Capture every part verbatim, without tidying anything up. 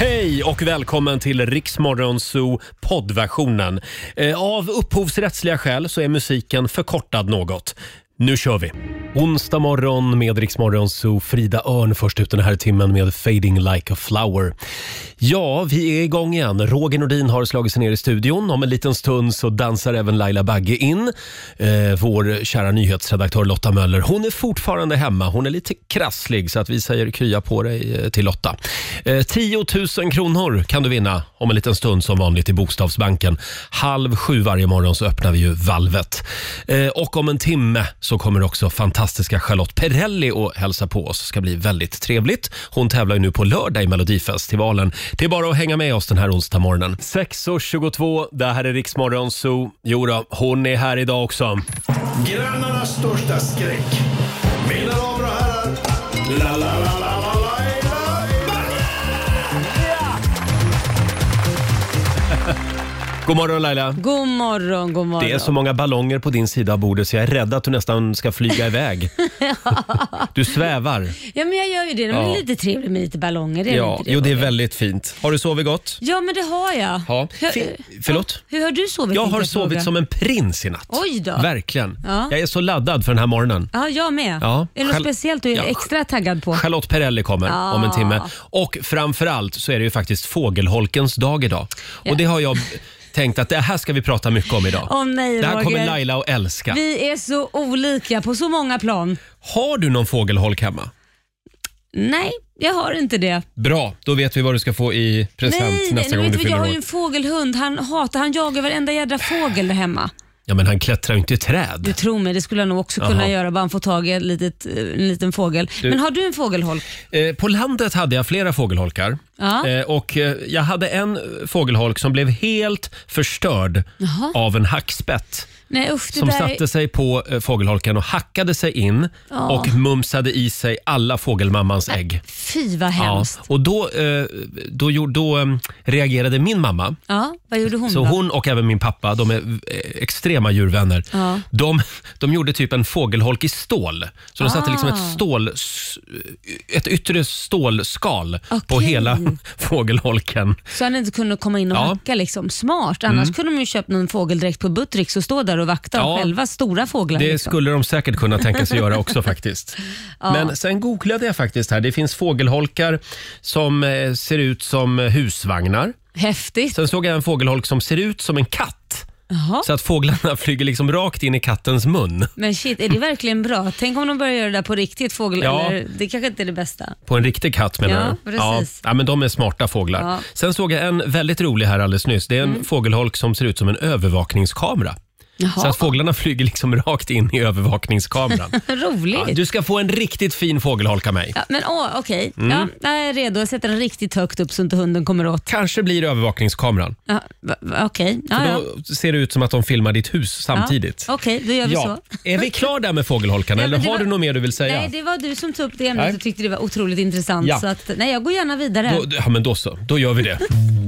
Hej och välkommen till Riksmorgon Zoo poddversionen. Eh, av upphovsrättsliga skäl så är musiken förkortad något. Nu kör vi. Onsdag morgon med Riksmorgon Zoo. Frida Örn först ut den här timmen med Fading Like a Flower. Ja, vi är igång igen. Roger Nordin har slagit sig ner i studion. Om en liten stund så dansar även Laila Bagge in. Eh, vår kära nyhetsredaktör Lotta Möller. Hon är fortfarande hemma. Hon är lite krasslig så att vi säger krya på dig till Lotta. Eh, tio tusen kronor kan du vinna om en liten stund som vanligt i Bokstavsbanken. Halv sju varje morgon så öppnar vi ju valvet. Eh, och om en timme så kommer också fantastiska Charlotte Perrelli och hälsa på oss. Det ska bli väldigt trevligt. Hon tävlar ju nu på lördag i Melodifestivalen. Det är bara att hänga med oss den här onsdag morgonen. sex och tjugotvå, det här är Riksmorgon Zoo. Jo då, hon är här idag också. Grannarnas största skräck. Mina damer och herrar. La, la, la, la, la, la, God morgon Laila. God morgon, god morgon. Det är så många ballonger på din sida av bordet så jag är rädd att du nästan ska flyga iväg. Du svävar. Ja, men jag gör ju det. Det är Ja. lite trevligt med lite ballonger. Det är Ja, inte det, jo, det är Roger? väldigt fint. Har du sovit gott? Ja, men det har jag. Ja. Hur, Fi- förlåt? Hur har du sovit? Jag tänkte har sovit fråga. som en prins i natt. Oj då. Verkligen. Ja. Jag är så laddad för den här morgonen. Ja, jag med. Ja. Är det något Själv- speciellt du är Ja. extra taggad på? Charlotte Perrelli kommer Ja. om en timme. Och framförallt så är det ju faktiskt fågelholkens dag idag. Ja. Och det har jag tänkt att det här ska vi prata mycket om idag. Åh nej, Det här Roger. kommer Laila att älska. Vi är så olika på så många plan. Har du någon fågelholk hemma? Nej, jag har inte det. Bra, då vet vi vad du ska få i present nej, nästa nej, gång vet du du, fyller jag har år. ju en fågelhund. Han hatar, han jagar varenda jädra fågel där hemma. Ja, men han klättrar ju inte i träd. Du tror mig, det skulle jag nog också kunna Jaha. göra. Bara han får tag i en, litet, en liten fågel. Du- Men har du en fågelholk? Eh, på landet hade jag flera fågelholkar. Ja. Eh, och eh, jag hade en fågelholk som blev helt förstörd Jaha. av en hackspett. Nej, usch, det Som där... satte sig på eh, fågelholken och hackade sig in Ja. och mumsade i sig alla fågelmammans ägg. Fy vad Ja, hemskt. och då, eh, då, gjorde- då eh, reagerade min mamma. Ja, vad gjorde hon Så då? hon och även min pappa, de är eh, extrema djurvänner. Ja. De, de gjorde typ en fågelholk i stål. Så de satte liksom Ah. ett stål, ett yttre stålskal på Okej. hela fågelholken. Så han inte kunde komma in och Ja. Mm. hacka liksom. Smart. Annars kunde de ju köpt någon fågeldräkt på Buttricks och stå där och vakta Ja. själva stora fåglar. Det liksom. skulle de säkert kunna tänka sig göra också faktiskt. Ja. Men sen googlade jag faktiskt här. Det finns fågelholkar som eh, ser ut som husvagnar. Häftigt. Sen såg jag en fågelholk som ser ut som en katt. Jaha. Så att fåglarna flyger liksom rakt in i kattens mun. Men shit, är det verkligen bra? Tänk om de börjar göra det där på riktigt fågel. Ja. Eller, det kanske inte är det bästa. På en riktig katt menar Ja, du? precis. Ja, men de är smarta fåglar. Ja. Sen såg jag en väldigt rolig här alldeles nyss. Det är en Mm. fågelholk som ser ut som en övervakningskamera. Jaha. Så att fåglarna flyger liksom rakt in i övervakningskameran. Roligt. Ja, du ska få en riktigt fin fågelholk av mig. Ja, men åh, okej. Mm. Ja, jag är redo. Jag sätter den riktigt högt upp så inte hunden kommer åt. Kanske blir det övervakningskameran. Ja, va- va- okej. Ja, För ja. då ser det ut som att de filmar ditt hus samtidigt. Ja, okej, då gör vi Ja. så. Är vi klar där med fågelholkarna Nej, eller men det har var- du något mer du vill säga? Nej, det var du som tog upp det ämnet Nej. och tyckte det var otroligt intressant. Ja. Så att, nej, jag går gärna vidare. Då, ja, men då så. Då gör vi det.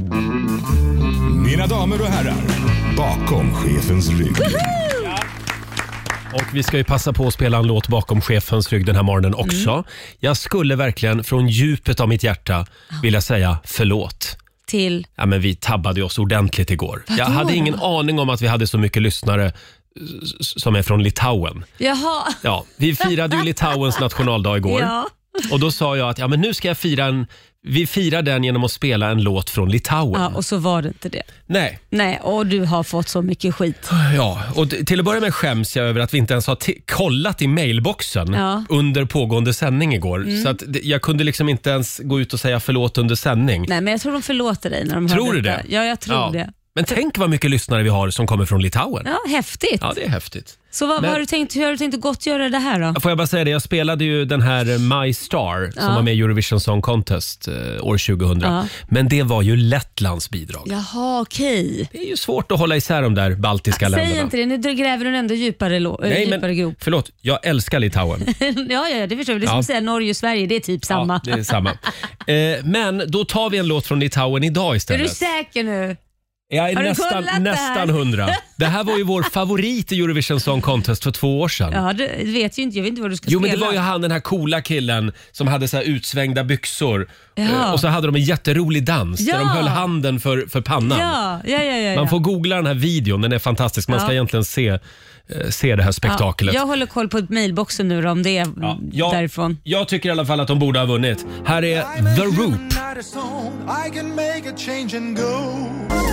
Mina damer och herrar, bakom chefens rygg. Och vi ska ju passa på att spela en låt bakom chefens rygg den här morgonen också. Mm. Jag skulle verkligen från djupet av mitt hjärta vilja säga förlåt. Till... Ja, men vi tabbade oss ordentligt igår. Vadå Jag hade då? ingen aning om att vi hade så mycket lyssnare s- s- som är från Litauen. Jaha. Ja, vi firade ju Litauens nationaldag igår. Ja. Och då sa jag att ja, men nu ska jag fira en, vi firar den genom att spela en låt från Litauen. Ja, och så var det inte det. Nej. Nej, och du har fått så mycket skit. Ja, och t- till att börja med skäms jag över att vi inte ens har t- kollat i mailboxen Ja. under pågående sändning igår. Så att det- jag kunde liksom inte ens gå ut och säga förlåt under sändning. Nej, men jag tror de förlåter dig när de Tror hör du detta. det? Ja, jag tror Ja. det. Men tänk vad mycket lyssnare vi har som kommer från Litauen. Ja, häftigt. Ja, det är häftigt. Så vad, Men- vad har du tänkt, hur har du tänkt att gottgöra det här då? Får jag bara säga det, jag spelade ju den här My Star som Ja. var med i Eurovision Song Contest eh, år tjugohundra. Ja. Men det var ju Lettlands bidrag. Jaha, okej. Det är ju svårt att hålla isär de där baltiska länderna. Säg inte det, nu gräver du en ändå djupare, lo- äh, Nej, djupare men grop. förlåt, jag älskar Litauen. ja, ja, det förstår jag. Det är som Ja. att säga Norge och Sverige, det är typ samma. Ja, det är samma. Eh, men då tar vi en låt från Litauen idag Är istället. du säker nu? Jag är Har du nästan, kollat det här? nästan hundra. Det här var ju vår favorit i Eurovision Song Contest för två år sedan. Ja, det vet ju inte. Jag vet inte vad du ska Jo, spela. men det var ju han, den här coola killen som hade så här utsvängda byxor. Ja. Eh, Och så hade de en jätterolig dans där Ja. de höll handen för, för pannan. Ja, ja, ja, ja, ja. Man får googla den här videon, den är fantastisk. Man ska Ja. egentligen se, eh, se det här spektaklet. Ja, jag håller koll på mailboxen nu då, om det är Ja, jag, därifrån. jag tycker i alla fall att de borde ha vunnit. Här är The Roop. I can make a change and go.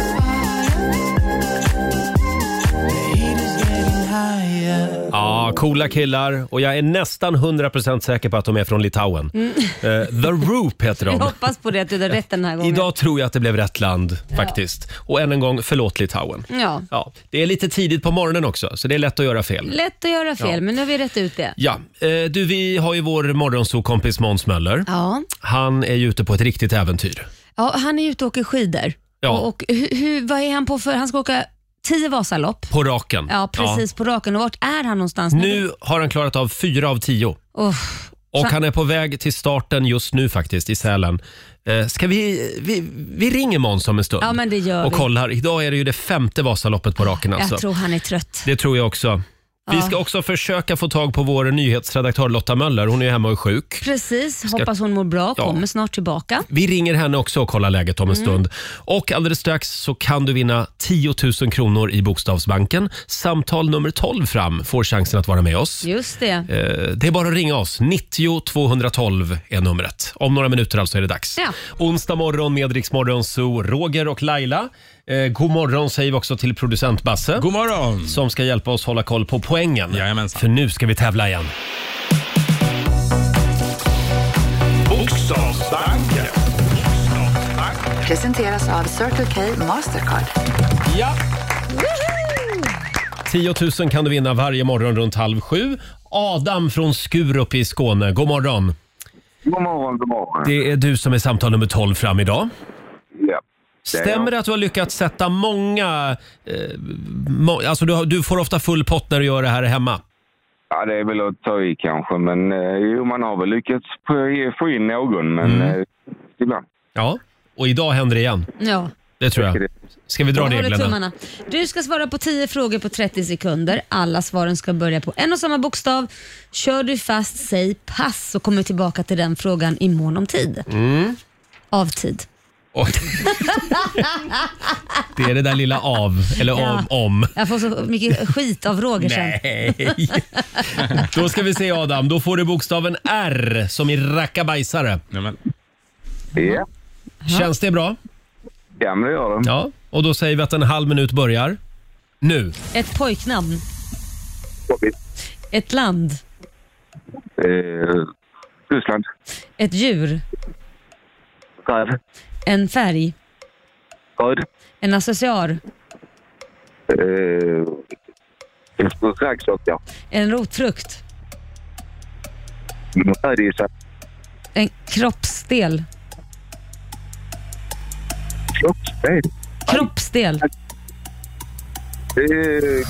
Ja, coola killar och jag är nästan hundra procent säker på att de är från Litauen. Mm. Eh, The Roop heter Jag de. hoppas på det, att du har rätt den här gången. Idag tror jag att det blev rätt land faktiskt. Och än en gång, förlåt Litauen. Ja. Ja, det är lite tidigt på morgonen också, så det är lätt att göra fel. Lätt att göra fel, Ja. men nu har vi rätt ut det. Ja, eh, du, vi har ju vår morgonsokompis Måns Möller. Ja. Han är ju ute på ett riktigt äventyr. Ja, han är ute och åker skidor. Ja. Och, och hur, hur, vad är han på för? Han ska åka tio Vasalopp. På raken. Ja, precis på raken. Och vart är han någonstans? Nu har han klarat av fyra av tio. Oh. Och Så- han är på väg till starten just nu faktiskt i Sälen. Eh, ska vi, vi, vi ringer Måns om en stund Ja, men det gör och vi. kollar. Idag är det ju det femte Vasaloppet på raken alltså. Jag tror han är trött. Det tror jag också. Vi Ja. ska också försöka få tag på vår nyhetsredaktör Lotta Möller. Hon är ju hemma och är sjuk. Precis, hoppas hon mår bra. Ja. Kommer snart tillbaka. Vi ringer henne också och kollar läget om en Mm. stund. Och alldeles strax så kan du vinna tio tusen kronor i Bokstavsbanken. Samtal nummer tolv fram får chansen att vara med oss. Just det. Eh, Det är bara att ringa oss. nittio tvåhundratolv är numret. Om några minuter alltså är det dags. Ja. Onsdag morgon med Rix Morgon Zoo, Roger och Laila. Eh, god morgon säger vi också till producent Basse. God morgon! Som ska hjälpa oss hålla koll på poängen. Jajamensan. För nu ska vi tävla igen. Bokstavsbanken. Presenteras av Circle K Mastercard. Ja! tio tusen kan du vinna varje morgon runt halv sju. Adam från Skurup i Skåne, god morgon. God morgon, god morgon. Det är du som är samtal nummer tolv fram idag. Ja. Det är Stämmer jag. det att du har lyckats sätta många... Eh, må, alltså du, har, du får ofta full pott när du gör det här hemma. Ja, det är väl att ta i kanske, men eh, jo, man har väl lyckats få- få in någon, men Mm. eh, ibland. Ja, och idag händer det igen. Ja. Det tror jag. Ska vi dra Jag håller reglerna? tummarna. Du ska svara på tio frågor på trettio sekunder. Alla svaren ska börja på en och samma bokstav. Kör du fast, säg pass och kommer tillbaka till den frågan i mån om tid. Mm. Av tid. Oj. Det är det där lilla av, eller Ja. om. om. Jag får så mycket skit av Roger sen. Nej. Då ska vi se Adam, då får du bokstaven R som i rackabajsare. Nej, men, Ja, Känns det bra? ja men det gör de. Ja, och då säger vi att en halv minut börjar nu. Ett pojknamn. Jobbigt. Ett land. Eh, Ryssland. Ett djur. Räv. En färg. Röd. En accessoar. Eh, Raggsockar. En rotfrukt. Rödisar. En kroppsdel. Kroppsdel. Kroppsdel. Eh,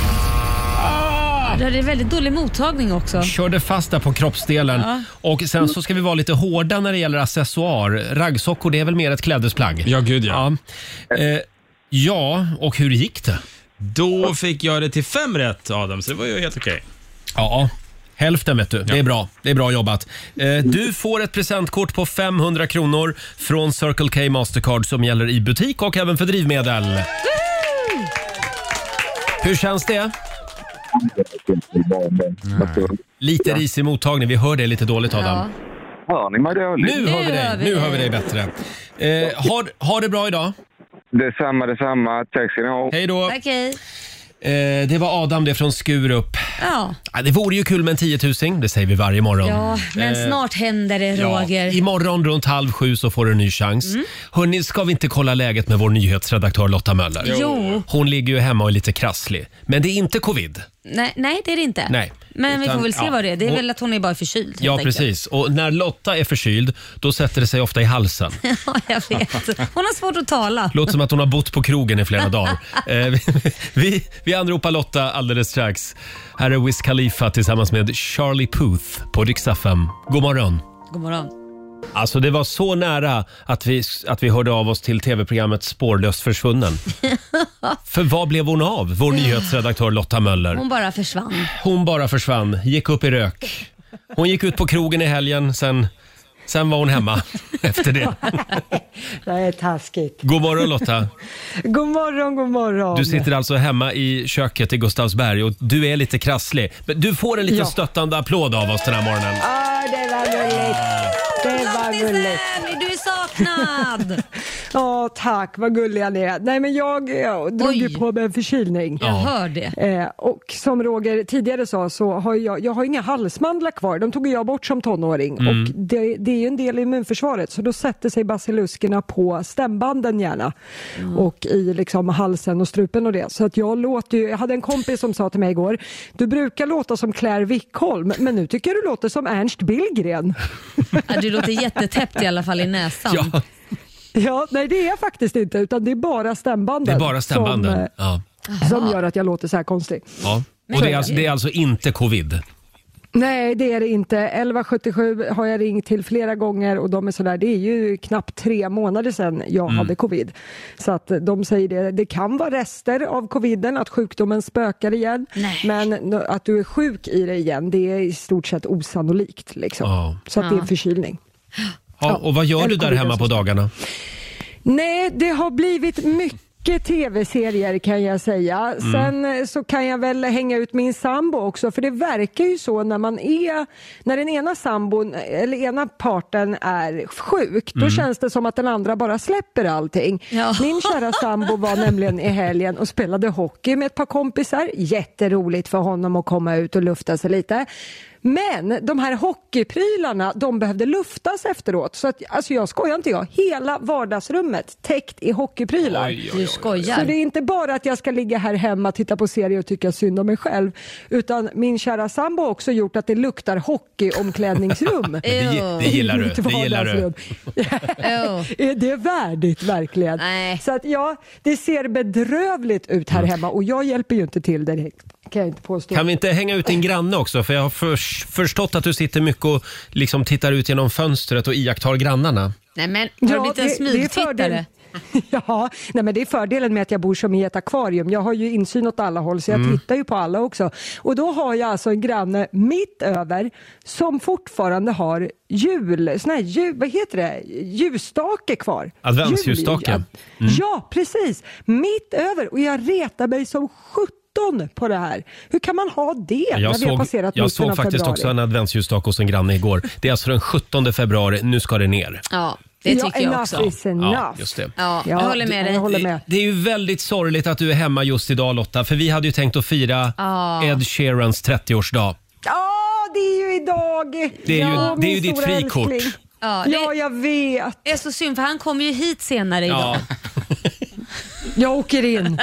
Det är väldigt dålig mottagning också. Körde fast där på kroppsdelen. Ja. Och sen så ska vi vara lite hårda när det gäller accessoar. Raggsockor, det är väl mer ett klädesplagg? ja, gud ja. Ja. Eh, ja, och hur gick det? Då fick jag det till fem rätt, Adam, så det var ju helt okej. Ja, hälften vet du. Det är Ja. bra. Det är bra jobbat. Eh, du får ett presentkort på femhundra kronor från Circle K Mastercard som gäller i butik och även för drivmedel. Hur känns det? Lite risig mottagning. Vi hör det lite dåligt Adam. Ja. Hör ni mig dåligt? Nu hör vi dig. hör vi Nu dig. hör vi dig bättre. Eh, ha, ha det bra idag. Detsamma, detsamma. Tack ska ni ha. Hej då. Tack, hej. Eh, det var Adam det från Skurup. Ja. Ja, det vore ju kul med en tiotusing. Det säger vi varje morgon. ja, men Eh, snart händer det, Roger. Ja, imorgon runt halv sju så får du en ny chans. Mm. Hörrni, ska vi inte kolla läget med vår nyhetsredaktör Lotta Möller? Jo. Hon ligger ju hemma och är lite krasslig. Men det är inte covid. Nej, nej, det är det inte. Nej. Men vi Utan- får väl se ja. vad det är. Det är Hon- väl att hon är bara förkyld. helt Ja, enkelt. precis. Och när Lotta är förkyld, då sätter det sig ofta i halsen. Ja, jag vet. Hon har svårt att tala. Låter som att hon har bott på krogen i flera dagar. Eh, vi, vi, vi anropar Lotta alldeles strax. Här är Wiz Khalifa tillsammans med Charlie Puth på Rix F M. God morgon. God morgon. Alltså det var så nära att vi, att vi hörde av oss till tv-programmet Spårlöst försvunnen. För vad blev hon av, vår nyhetsredaktör Lotta Möller? Hon bara försvann. Hon bara försvann, gick upp i rök. Hon gick ut på krogen i helgen, sen, sen var hon hemma efter det. Det är taskigt. God morgon Lotta. God morgon, god morgon. Du sitter alltså hemma i köket i Gustavsberg och du är lite krasslig. Men du får en liten Ja. stöttande applåd av oss den här morgonen. Ah, det var gulligt. Det var gulligt. Du är saknad. Ja, tack. Vad gulliga ni är. Nej, men jag, jag drog ju Oj. på med en förkylning. Jag hör det. Eh, och som Roger tidigare sa så har jag, jag har inga halsmandlar kvar. De tog jag bort som tonåring. Mm. Och det, det är ju en del i immunförsvaret. Så då sätter sig basiluskerna på stämbanden gärna. Mm. Och i liksom halsen och strupen och det. Så att jag låter ju, jag hade en kompis som sa till mig igår, du brukar låta som Claire Wickholm, men nu tycker du låter som Ernst Billgren. Ja, du låter jättetäppt i alla fall i näsan. Ja, Ja, nej det är jag faktiskt inte, utan det är bara stämbanden. det är bara stämbanden. Som, eh, Ja. som gör att jag låter så här konstig. Ja. Och det är, alltså, det är alltså inte covid? Nej, det är det inte. elva sjuttiosju har jag ringt till flera gånger och de är sådär, det är ju knappt tre månader sedan jag Mm. hade covid. Så att de säger det, det kan vara rester av coviden, att sjukdomen spökar igen. Nej. Men att du är sjuk i det igen, det är i stort sett osannolikt. Liksom. Ja. Så att det är Ja. förkylning. Ja, och vad gör eller du där covid hemma på alltså. dagarna? Nej, det har blivit mycket tv-serier kan jag säga. Mm. Sen eh, så kan jag väl hänga ut min sambo också, för det verkar ju så när man är, när den ena sambon eller ena parten är sjuk, Mm. då känns det som att den andra bara släpper allting. Ja. Min kära sambo var nämligen i helgen och spelade hockey med ett par kompisar. Jätteroligt för honom att komma ut och lufta sig lite. Men de här hockeyprylarna, de behövde luftas efteråt. Så att, alltså jag skojar inte jag. Hela vardagsrummet täckt i hockeyprylar. Du skojar. Så det är inte bara att jag ska ligga här hemma, titta på serie och tycka synd om mig själv. Utan min kära sambo har också gjort att det luktar hockeyomklädningsrum. Det, gi- det gillar du. Mitt Det gillar du. vardagsrum. Är det värdigt verkligen? Nej. Så att ja, det ser bedrövligt ut här hemma och jag hjälper ju inte till direkt. Kan jag inte påstå. Kan vi inte hänga ut din granne också? För jag har för, förstått att du sitter mycket och liksom tittar ut genom fönstret och iakttar grannarna. Nej men, har du blivit en smygtittare? Ja, nej men det är fördelen med att jag bor som i ett akvarium. Jag har ju insyn åt alla håll så jag Mm. tittar ju på alla också. Och då har jag alltså en granne mitt över som fortfarande har jul, sån här jul, vad heter det? Ljusstake kvar. Adventsljusstake. Jul, ja, ja, precis. Mitt över och jag retar mig som sjutton på det här. Hur kan man ha det när Jag vi har såg, passerat jag mitten såg av faktiskt februari? också en adventsljusstake hos en granne igår. Det är alltså den sjuttonde februari, nu ska det ner. Ja, det tycker ja, jag enough också. is enough. Ja, just det. Ja, jag Ja, håller med dig. jag håller med. Det är ju väldigt sorgligt att du är hemma just idag Lotta, för vi hade ju tänkt att fira Ja. Ed Sheerans trettioårsdag. Ja, det är ju idag. Det är ju- ja, det är ju min ditt stora frikort. älskling. Ja, det Ja, jag vet. är så synd för han kommer ju hit senare idag. Ja. Jag åker in.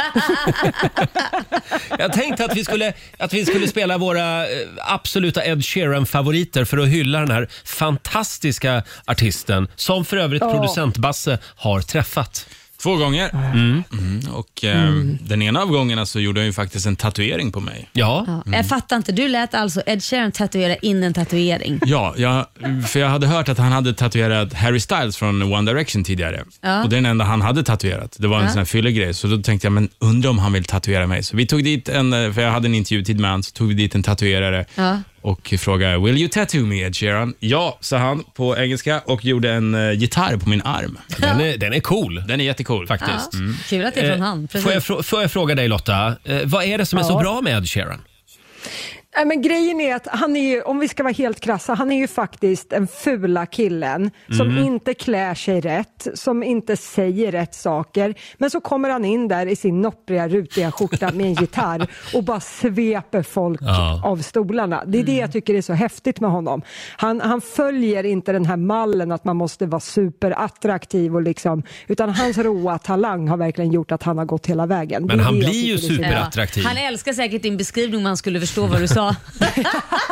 Jag tänkte att vi skulle, att vi skulle spela våra eh, absoluta Ed Sheeran-favoriter för att hylla den här fantastiska artisten som för övrigt Ja. producent Basse har träffat. Två gånger. Mm. Och eh, den ena av gångerna så gjorde han ju faktiskt en tatuering på mig. Ja, Ja, jag fattar inte, du lät alltså Ed Sheeran tatuera in en tatuering. Ja, jag, för jag hade hört att han hade tatuerat Harry Styles från One Direction tidigare. Ja. Och det är den enda han hade tatuerat. Det var en Ja. sån här fyllegrej. Så då tänkte jag, men undrar om han vill tatuera mig. Så vi tog dit en, för jag hade en intervjutid med han, så tog vi dit en tatuerare. Ja. Och frågade, will you tattoo me Ed Sheeran? Ja, sa han på engelska och gjorde en uh, gitarr på min arm. den är, den är cool Den är jättecool. faktiskt. Ja. Kul att det är från Eh, han. Får jag, Precis. frå- får jag fråga dig Lotta, eh, vad är det som är så Ja. bra med Ed Sheeran? Nej, men grejen är att han är ju, om vi ska vara helt krassa, han är ju faktiskt en fula killen som inte klär sig rätt, som inte säger rätt saker. Men så kommer han in där i sin noppriga, rutiga skjorta med en gitarr och bara sveper folk Ja. av stolarna. Det är det jag tycker är så häftigt med honom. Han, han följer inte den här mallen att man måste vara superattraktiv och liksom, utan hans råa talang har verkligen gjort att han har gått hela vägen. Men Det är han det jag blir ju tycker är så super- bra. attraktiv. Han älskar säkert din beskrivning om han skulle förstå vad du sa.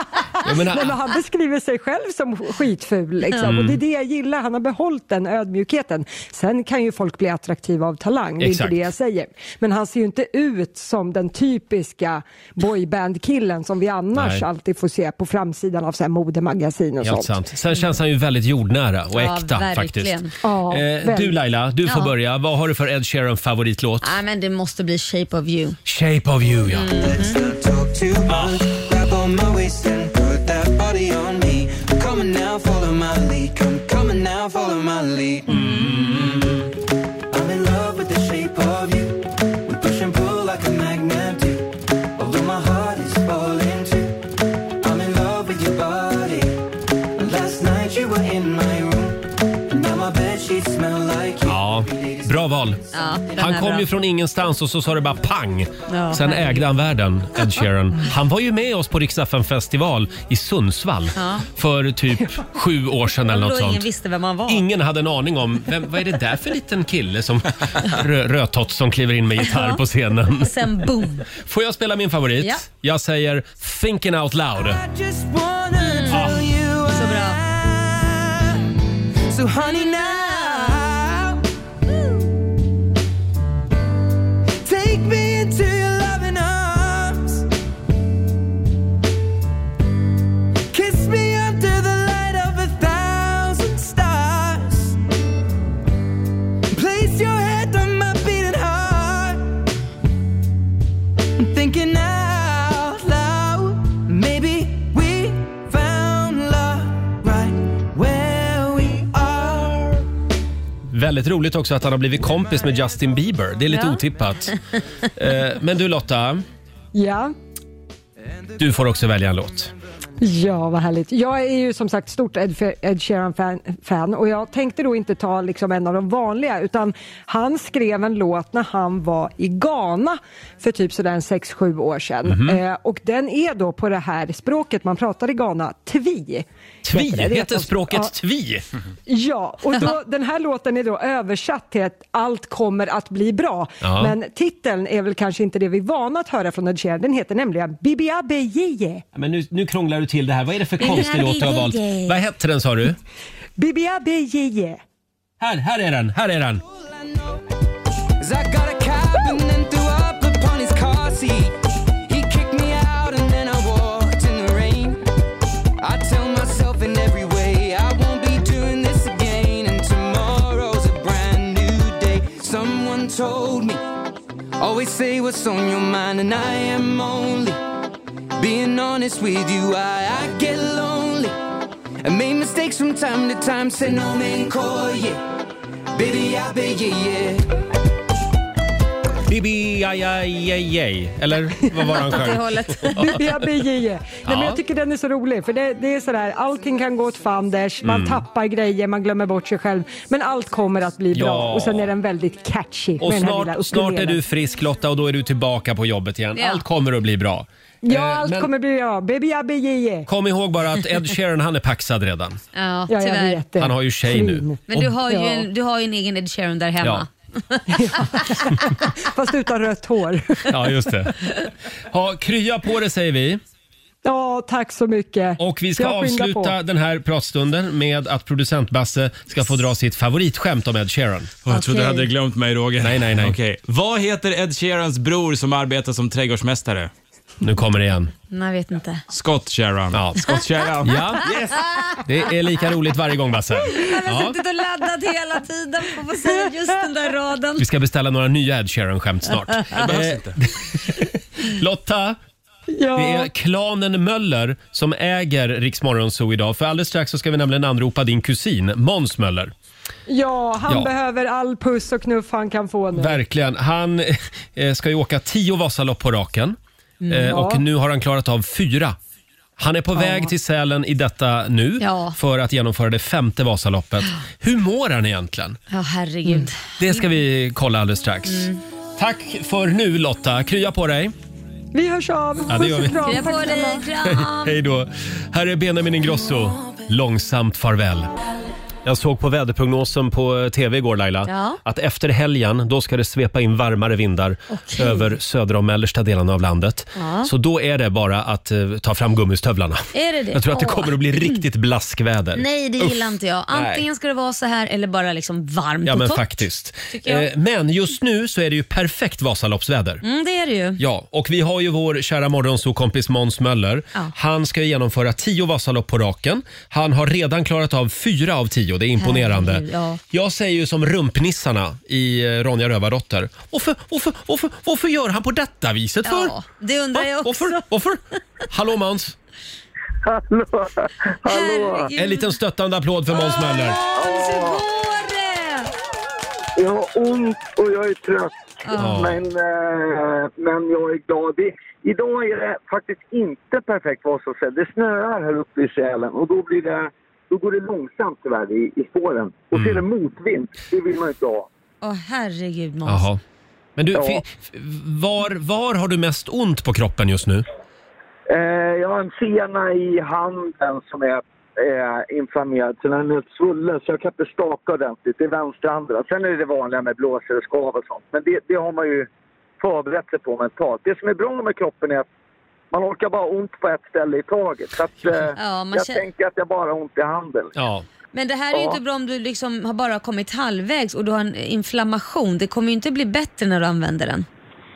Jag menar, Nej, men han beskriver sig själv som skitful liksom. Mm. Och det är det jag gillar, han har behållit den ödmjukheten. Sen kan ju folk bli attraktiva av talang, det är Exakt. inte det jag säger. Men han ser ju inte ut som den typiska boyband-killen som vi annars Nej. alltid får se på framsidan av så här modemagasin och helt sånt. sant. Sen känns han ju väldigt jordnära och Ja, äkta verkligen. faktiskt. Ja, Eh, väl. du Laila, du får Ja. börja. Vad har du för Ed Sheeran favoritlåt? Nej, men det måste bli Shape of You. Shape of you, ja. Talk too much, grab on my waist and put that body on me. I'm coming now, follow my lead. Come coming now, follow my lead. Mm. I'm in love with the shape of you. We push and pull like a magnet do. Although my heart is falling too. I'm in love with your body. Last night you were in my room. And now my bedsheets smell like you. Ja, bra val. Ja, den Han är kom bra. ju från ingenstans och så sa det bara pang. Ja, Sen herregud. ägde han världen, Ed Sheeran. Han var ju med oss på Rix F M festival i Sundsvall Ja. för typ sju år sedan eller Och något då ingen sånt. visste vem man var. Ingen hade en aning om vem, vad är det där för liten kille som rö, rödtott som kliver in med gitarr Ja. på scenen. Och sen boom. Får jag spela min favorit? Ja. Jag säger Thinking Out Loud. I just wanna tell you Så bra. I- So honey now, take me into your loving arms. Kiss me under the light of a thousand stars. Place your head on my beating heart. I'm thinking out loud. Maybe we found love right where we are. Väldigt roligt också att han har blivit kompis med Justin Bieber. Det är lite Ja. otippat. Eh, Men du Lotta, Ja. du får också välja en låt. Ja, vad härligt. Jag är ju som sagt stort Ed, Ed Sheeran-fan fan, och jag tänkte då inte ta liksom en av de vanliga, utan han skrev en låt när han var i Ghana för typ sådär en sex sju år sedan. Mm-hmm. Eh, och den är då på det här språket man pratar i Ghana, twi. Tvi, Heter det? Det heter heter- språket ja. tvi? Ja, och då, den här låten är då översatt till att allt kommer att bli bra. Ja. Men titeln är väl kanske inte det vi är vana att höra från Ed Sheeran. Den heter nämligen Bibiabe Yeye. Men nu, nu krånglar du till det här. Vad är det för konstig här låt du har är valt? det. Vad hette den sa du? Bibiabe Yeye. Här, här är den, här är den. 'Cause I got a cab and then threw up upon his car seat. He kicked me out and then I walked in the rain. I tell myself in every way I won't be doing this again. And tomorrow's a brand new day. Someone told me, always say what's on your mind. And I am only being honest with you. I, I get lonely and made mistakes from time to time. Say no man call yeah. Baby I beg you yeah. Bibi, aj, aj, aj, aj. Eller vad var det han Åt det sjöng? hållet. Bibiabe Yeye. Nej, men Ja. jag tycker den är så rolig, för det, det är sådär, allting kan gå åt fanders, man tappar grejer, man glömmer bort sig själv, men allt kommer att bli Ja. bra. Och sen är den väldigt catchy. Och med den här lilla snart, snart är ukulelen. du frisk Lotta och då är du tillbaka på jobbet igen. Ja. Allt kommer att bli bra. Ja, Eh, allt men kommer bli bra. Bibiabe Yeye. kom ihåg bara att Ed Sheeran han är paxad redan. Ja, Ja, jag tyvärr. vet det. Han har ju tjej nu. Svin. Men du Och- har, ju Ja. en, du har ju en egen Ed Sheeran där hemma. Fast utan rött hår. Ja, just det. Ha, krya på det säger vi. Ja, tack så mycket. Och vi ska Jag skyndar avsluta på. den här pratstunden med att producent Basse ska få dra sitt favoritskämt om Ed Sheeran. Oh, jag trodde Okej. du hade glömt mig, Roger. Nej, nej, nej. Okej. Vad heter Ed Sheerans bror som arbetar som trädgårdsmästare? Nu kommer det igen. Nej, jag vet inte. Scott Sheeran. Ja. Scott Sheeran. Ja, det är lika roligt varje gång Basse. Jag har Ja. suttit och laddat hela tiden på att få säga just den där raden. Vi ska beställa några nya Ed Sheeran-skämt snart. Det behövs Eh, inte. Lotta, Ja. det är klanen Möller som äger Rix Morgon Zoo idag. För alldeles strax så ska vi nämligen anropa din kusin Måns Möller. Ja, han Ja. behöver all puss och knuff han kan få nu. Verkligen. Han eh, ska ju åka tio Vasalopp på raken. Eh, och Ja. nu har han klarat av fyra. Han är på väg till Sälen i detta nu Ja. för att genomföra det femte Vasaloppet. Hur mår han egentligen? Ja, herregud. Det ska vi kolla alldeles strax. Tack för nu Lotta. Krya på dig. Vi hörs av. Ja, det gör Puss och vi. kram. Krya på Tack dig, snälla. kram. Hej då. Här är Benjamin Ingrosso. Långsamt farväl. Jag såg på väderprognosen på tv igår, Laila, Ja. att efter helgen då ska det svepa in varmare vindar Okej. över södra och mellersta delarna av landet. Ja. Så då är det bara att uh, ta fram gummistövlarna. Är det det? Jag tror att det Åh. kommer att bli riktigt blaskväder. Nej, det gillar inte jag. Antingen Nej. ska det vara så här eller bara liksom varmt Ja, och men torrt. faktiskt. tycker jag. Eh, men just nu så är det ju perfekt Vasaloppsväder. Mm, det är det ju. Ja, och vi har ju vår kära morgonsokompis Måns Möller. Ja. Han ska genomföra tio Vasalopp på raken. Han har redan klarat av fyra av tio. Det är imponerande. Herregud, ja. Jag säger ju som rumpnissarna i eh, Ronja Rövardotter. Varför, varför, varför, varför gör han på detta viset för? Ja, det undrar jag också. Varför? Varför? Hallå Måns. Hallå, hallå. Herregud. En liten stöttande applåd för Måns Möller. Måns, hur går det? Jag har ont och jag är trött. Ja. Men, eh, men jag är glad. Det, idag är det faktiskt inte perfekt vad som säger. Det snöar här uppe i Sälen och då blir det, då går det långsamt tyvärr i, i spåren. Och så är det motvind. Det vill man inte ha. Åh herregud Måns. Jaha. Men du, Ja. fi- var, var har du mest ont på kroppen just nu? Eh, jag har en sena i handen som är eh, inflammerad. Så den är svullen så jag kan inte staka ordentligt. Det är vänsterhanden. Sen är det vanliga med blåsor och skav och sånt. Men det, det har man ju förberett sig på mentalt. Det som är bra med kroppen är att man orkar bara ont på ett ställe i taget. Så att, eh, Ja, man jag känner- tänker att jag bara har ont i handen. Ja. Men det här är ju Ja. inte bra om du liksom har bara kommit halvvägs och du har en inflammation. Det kommer ju inte bli bättre när du använder den.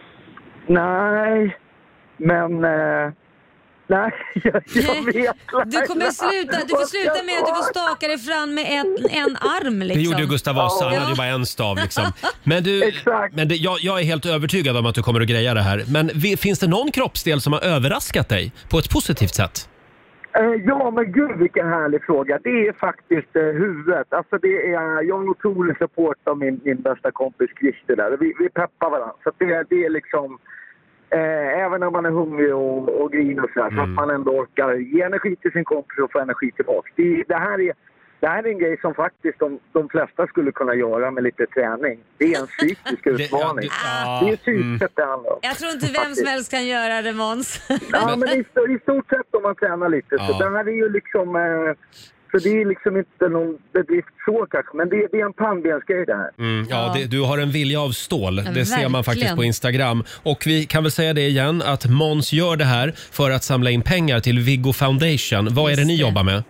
Nej, men... Eh, nej, jag, jag vet. Du kommer sluta, du får sluta med att du får staka dig fram med en, en arm liksom. Det gjorde ju Gustav Vasa, han Ja. hade ju bara en stav liksom. Men, du, Exakt. men det, jag, jag är helt övertygad om att du kommer att greja det här. Men vi, finns det någon kroppsdel som har överraskat dig på ett positivt sätt? Eh, Ja, men gud vilken härlig fråga. Det är faktiskt eh, huvudet. Alltså det är, jag har en otrolig support av min, min bästa kompis Christer där. Vi, vi peppar varandra. Så att det, det är liksom, eh, även när man är hungrig och, och grinig och sådär, så att man ändå orkar ge energi till sin kompis och få energi tillbaka. Det, det, här är, det här är en grej som faktiskt de, de flesta skulle kunna göra med lite träning. Det är en fysisk utmaning. ja, Det är fysiskt det handlar om. Jag tror inte vem som helst kan göra det Måns. Ja, men i, st- i stort sett om man tränar lite. Ja. Så det här är ju liksom... Eh, så det är liksom inte någon bedrift så kanske. Men det, det är en pannbensgrej det här. Mm, ja, Ja. det, du har en vilja av stål. Ja, det ser man verkligen. faktiskt på Instagram. Och vi kan väl säga det igen att Måns gör det här för att samla in pengar till Viggo Foundation. Vad är det Just ni det. jobbar med?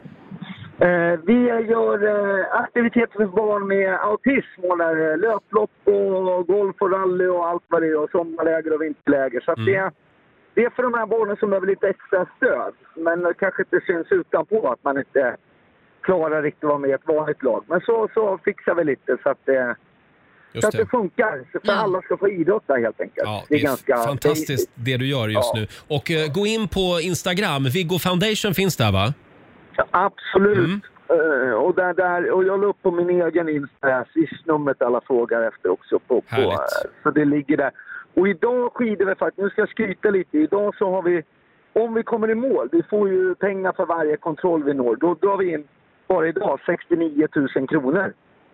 Eh, vi gör eh, aktiviteter för barn med autism. Och där, eh, löplopp och golf och rally och allt vad det är. Och sommarläger och vinterläger. Så att det, det är för de här barnen som behöver lite extra stöd. Men det kanske inte syns utanpå att man inte klarar riktigt att vara med i ett vanligt lag. Men så, så fixar vi lite så att det, så Just att det det. funkar. Så för Ja. alla ska få idrotta helt enkelt. Ja, det är fantastiskt det du gör just Ja. nu. Och eh, gå in på Instagram. Viggo Foundation finns där, va? Ja, absolut. Mm. Eh, och, där, där, och jag la upp på min egen Insta, swishnumret alla frågar efter också. På, på, Härligt. eh, så det ligger där. Och idag skidar vi faktiskt, nu ska jag skryta lite. Idag så har vi, om vi kommer i mål, vi får ju pengar för varje kontroll vi når. Då drar vi in, bara idag, sextionio tusen kronor.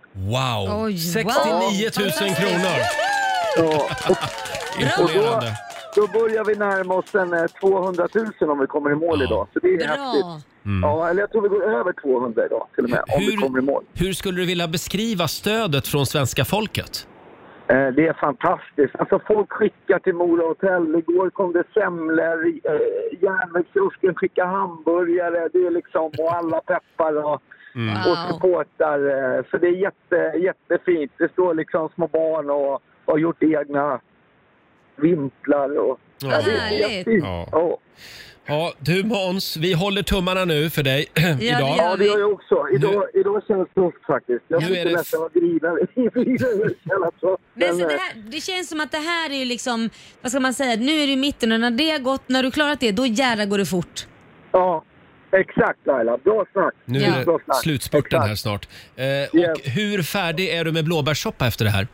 Wow! Oj, sextionio tusen wow. kronor! Ja, och, Imponerande. då börjar vi närma oss en eh, tvåhundratusen om vi kommer i mål Ja. idag. Så det är häftigt. Bra. Ja, eller jag tror vi går över tvåhundra idag till och med, om vi kommer i mål. hur skulle du vilja beskriva stödet från svenska folket? Eh, Det är fantastiskt. Alltså folk skickar till Mora Hotel. Igår kom det semlor, eh, järnvägskiosken skickar hamburgare. Det är liksom, och alla peppar och, och Wow. supportar. eh, Så det är jätte, jättefint. Det står liksom små barn och har gjort egna vimplar. Och, Ja. det är Härligt. jättefint. Ja. Ja. Ja, du Måns, vi håller tummarna nu för dig det idag. gör Ja, det gör jag också. Idag, idag känns det tufft faktiskt. Jag Nu skulle är det- nästan grina. alltså. Men så Men, det, eh, här, det känns som att det här är ju liksom, vad ska man säga, nu är det i mitten och när det har gått, när du klarat det, då jävlar går det fort. Ja, exakt Laila. Bra snack. Nu Ja. är Bra det snack. slutspurten Exakt. här snart. Eh, och Yes. hur färdig är du med blåbärssoppa efter det här?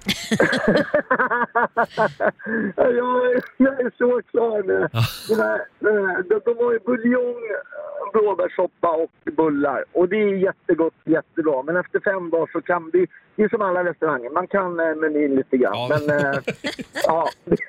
jag, är, jag är så klar nu. De, här, de, de har ju buljong, blåbärssoppa och bullar. Och det är jättegott, jättebra. Men efter fem dagar så kan det, det är som alla restauranger. Man kan eh, menyn lite grann. Ja. Men eh, ja, det,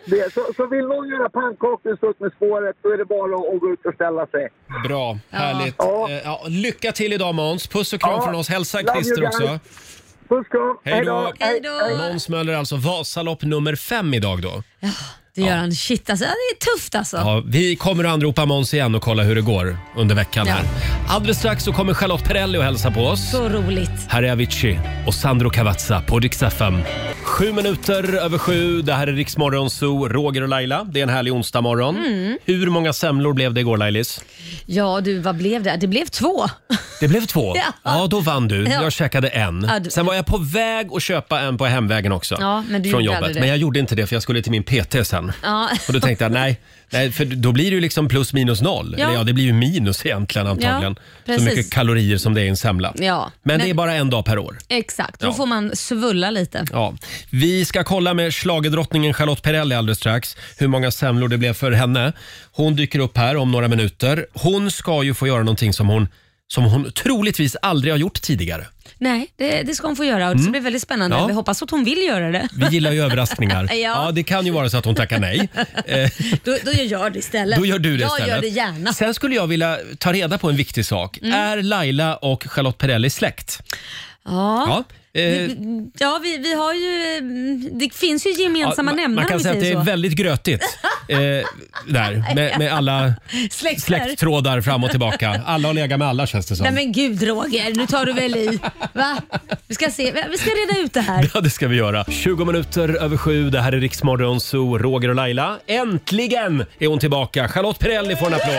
Det, så, så vill någon göra pannkakor så ut med spåret, då är det bara att, att gå ut och ställa sig. Bra, härligt. Ja. Eh, Ja, lycka till idag Måns. Puss och kram Ja. från oss. Hälsa Love Christer you guys. också. Puss kram. Hej då. Hej då. Måns Möller alltså Vasalopp nummer fem idag då. Ja, det gör han. Shit alltså, det är tufft alltså. Ja, vi kommer att anropa Måns igen och kolla hur det går under veckan Ja. här. Alldeles strax så kommer Charlotte Perrelli och hälsa på oss. Så roligt. Här är Avicii och Sandro Cavazza på Rix F M. Sju minuter över sju. Det här är Rix Morgon Zoo. Roger och Laila. Det är en härlig onsdag morgon. Mm. Hur många semlor blev det igår, Lailis? Ja du, vad blev det? Det blev två. Det blev två. Ja. Ja, då vann du. Ja. Jag käkade en. Ja, du- Sen var jag på väg att köpa en på hemvägen också. Ja, men du från gjorde jobbet. aldrig det. Men jag gjorde inte det för jag skulle till min P T sen. Ja. Och då tänkte jag nej, nej, för då blir det ju liksom plus minus noll. Ja. Eller ja, det blir ju minus egentligen antagligen. Ja, så precis. mycket kalorier som det är i en semla. Ja, Men, det men- är bara en dag per år. Exakt, då Ja. får man svulla lite. Ja. Vi ska kolla med schlagerdrottningen Charlotte Perrelli alldeles strax hur många semlor det blev för henne. Hon dyker upp här om några minuter. Hon ska ju få göra någonting som hon, som hon troligtvis aldrig har gjort tidigare. Nej, det, det ska hon få göra och det ska bli väldigt spännande. Ja. Vi hoppas att hon vill göra det. Vi gillar ju överraskningar. Ja. Ja, det kan ju vara så att hon tackar nej. Eh, Då, då gör jag det istället. Då gör du det jag istället. Jag gör det gärna. Sen skulle jag vilja ta reda på en viktig sak. Är Laila och Charlotte Perrelli släkt? Ja. Ja. Eh, Vi, ja, vi, vi har ju... Det finns ju gemensamma ja, nämnare man kan om vi säga att det säger är så. väldigt grötigt eh, där med, med alla Släkter. släkttrådar fram och tillbaka. Alla har legat med alla känns det som. Nej men gud Roger, nu tar du väl i. Va? Vi ska se, vi ska reda ut det här. Ja, det ska vi göra. tjugo minuter över sju. Det här är Rix Morgon Zoo. Roger och Laila. Äntligen är hon tillbaka. Charlotte Perrelli får en applåd.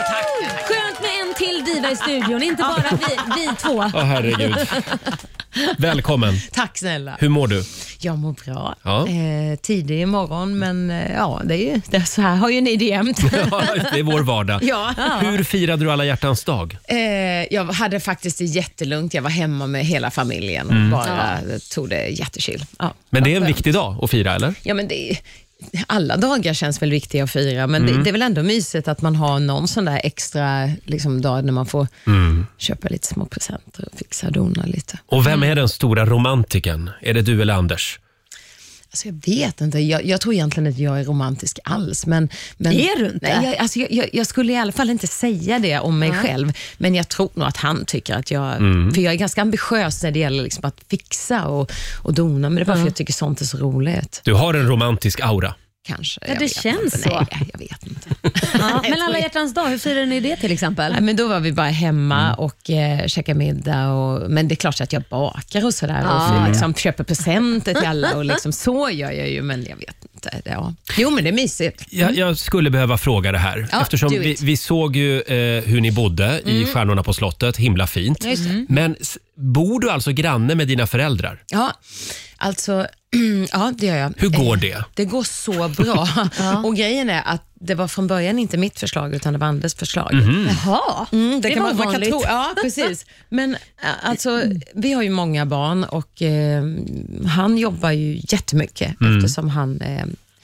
Skönt med en till diva i studion, inte bara vi, vi två. Åh, herregud. Välkommen. Tack snälla. Hur mår du? Jag mår bra. Ja. Eh, tidig imorgon, men eh, ja, det är ju det är så här har ju ni det jämt. Ja, det är vår vardag. Ja. Hur firade du alla hjärtans dag? Eh, jag hade faktiskt det jättelugnt. Jag var hemma med hela familjen och bara tog det jättechill. Ja. Men det är en Vad skönt. viktig dag att fira, eller? Ja, men det är, alla dagar känns väl viktiga att fira, men det, det är väl ändå mysigt att man har någon sån där extra liksom, dag när man får köpa lite små presenter och fixa och dona lite. Och vem är den stora romantiken? Är det du eller Anders? Alltså jag vet inte, jag, jag tror egentligen inte jag är romantisk alls. Men, men, Är du inte? Nej, jag, alltså jag, jag, jag skulle i alla fall inte säga det om mig själv, men jag tror nog att han tycker att jag, för jag är ganska ambitiös när det gäller liksom att fixa och, och dona, men det är bara för att jag tycker sånt är så roligt. Du har en romantisk aura. Kanske. Ja, jag det vet känns inte. så. Nej, jag vet inte. Ja, men alla hjärtans dag, hur firar ni det till exempel? Nej, men då var vi bara hemma och eh, käkade middag. Och, men det är klart att jag bakar och sådär. Ah, och liksom, köper presenter till alla. Och liksom, så gör jag ju, men jag vet inte. Ja. Jo, men det är mysigt. Jag, jag skulle behöva fråga det här. Ja, eftersom do vi, it. vi såg ju eh, hur ni bodde i Stjärnorna på slottet. Himla fint. Just det. Men s- bor du alltså granne med dina föräldrar? Ja, alltså, ja det gör jag. Hur går Eh, det? Det går så bra. Och grejen är att det var från början inte mitt förslag utan det var Anders förslag. Jaha, Mm, det, det kan var man, man kan vanligt. tro. Ja, precis. Men ä, alltså, vi har ju många barn och eh, han jobbar ju jättemycket eftersom han eh,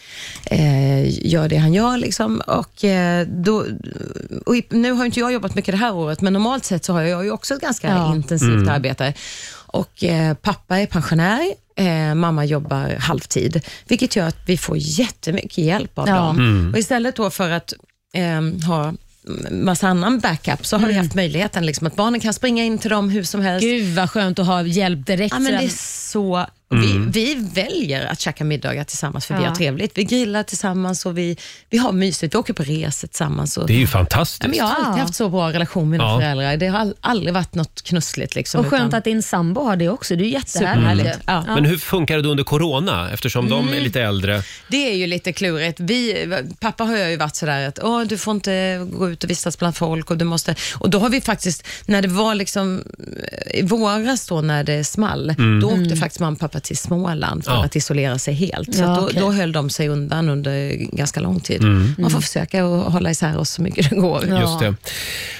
eh, gör det han gör. Liksom. Och, eh, då, och i- nu har inte jag jobbat mycket det här året, men normalt sett så har jag ju också ett ganska Ja. intensivt arbete. Och eh, pappa är pensionär, eh, mamma jobbar halvtid, vilket gör att vi får jättemycket hjälp av Ja. dem. Och istället då för att eh, ha massa annan backup så har vi haft möjligheten liksom, att barnen kan springa in till dem hur som helst. Gud vad skönt att ha hjälp direkt. Ja, men det sedan. är så... Vi, vi väljer att käka middagar tillsammans för vi Ja. har trevligt. Vi grillar tillsammans och vi, vi har mysigt. Vi åker på resor tillsammans. Och, Det är ju ja, fantastiskt. men jag har alltid Ja. haft så bra relation med mina Ja. föräldrar. Det har all, aldrig varit något knussligt. Liksom, Och skönt utan- att din sambo har det också. Det är ju jättehärligt. Superhärligt. Ja. Men hur funkar det under corona? Eftersom de är lite äldre. Det är ju lite klurigt. Vi, pappa har ju varit sådär att Åh, du får inte gå ut och vistas bland folk och du måste... Och då har vi faktiskt, när det var liksom i våras då när det small, då åkte faktiskt mamma och pappa till Småland för Ja. att isolera sig helt. Så Ja, att då, okej. då höll de sig undan under ganska lång tid. Man får försöka att hålla isär oss så mycket det går. Just det.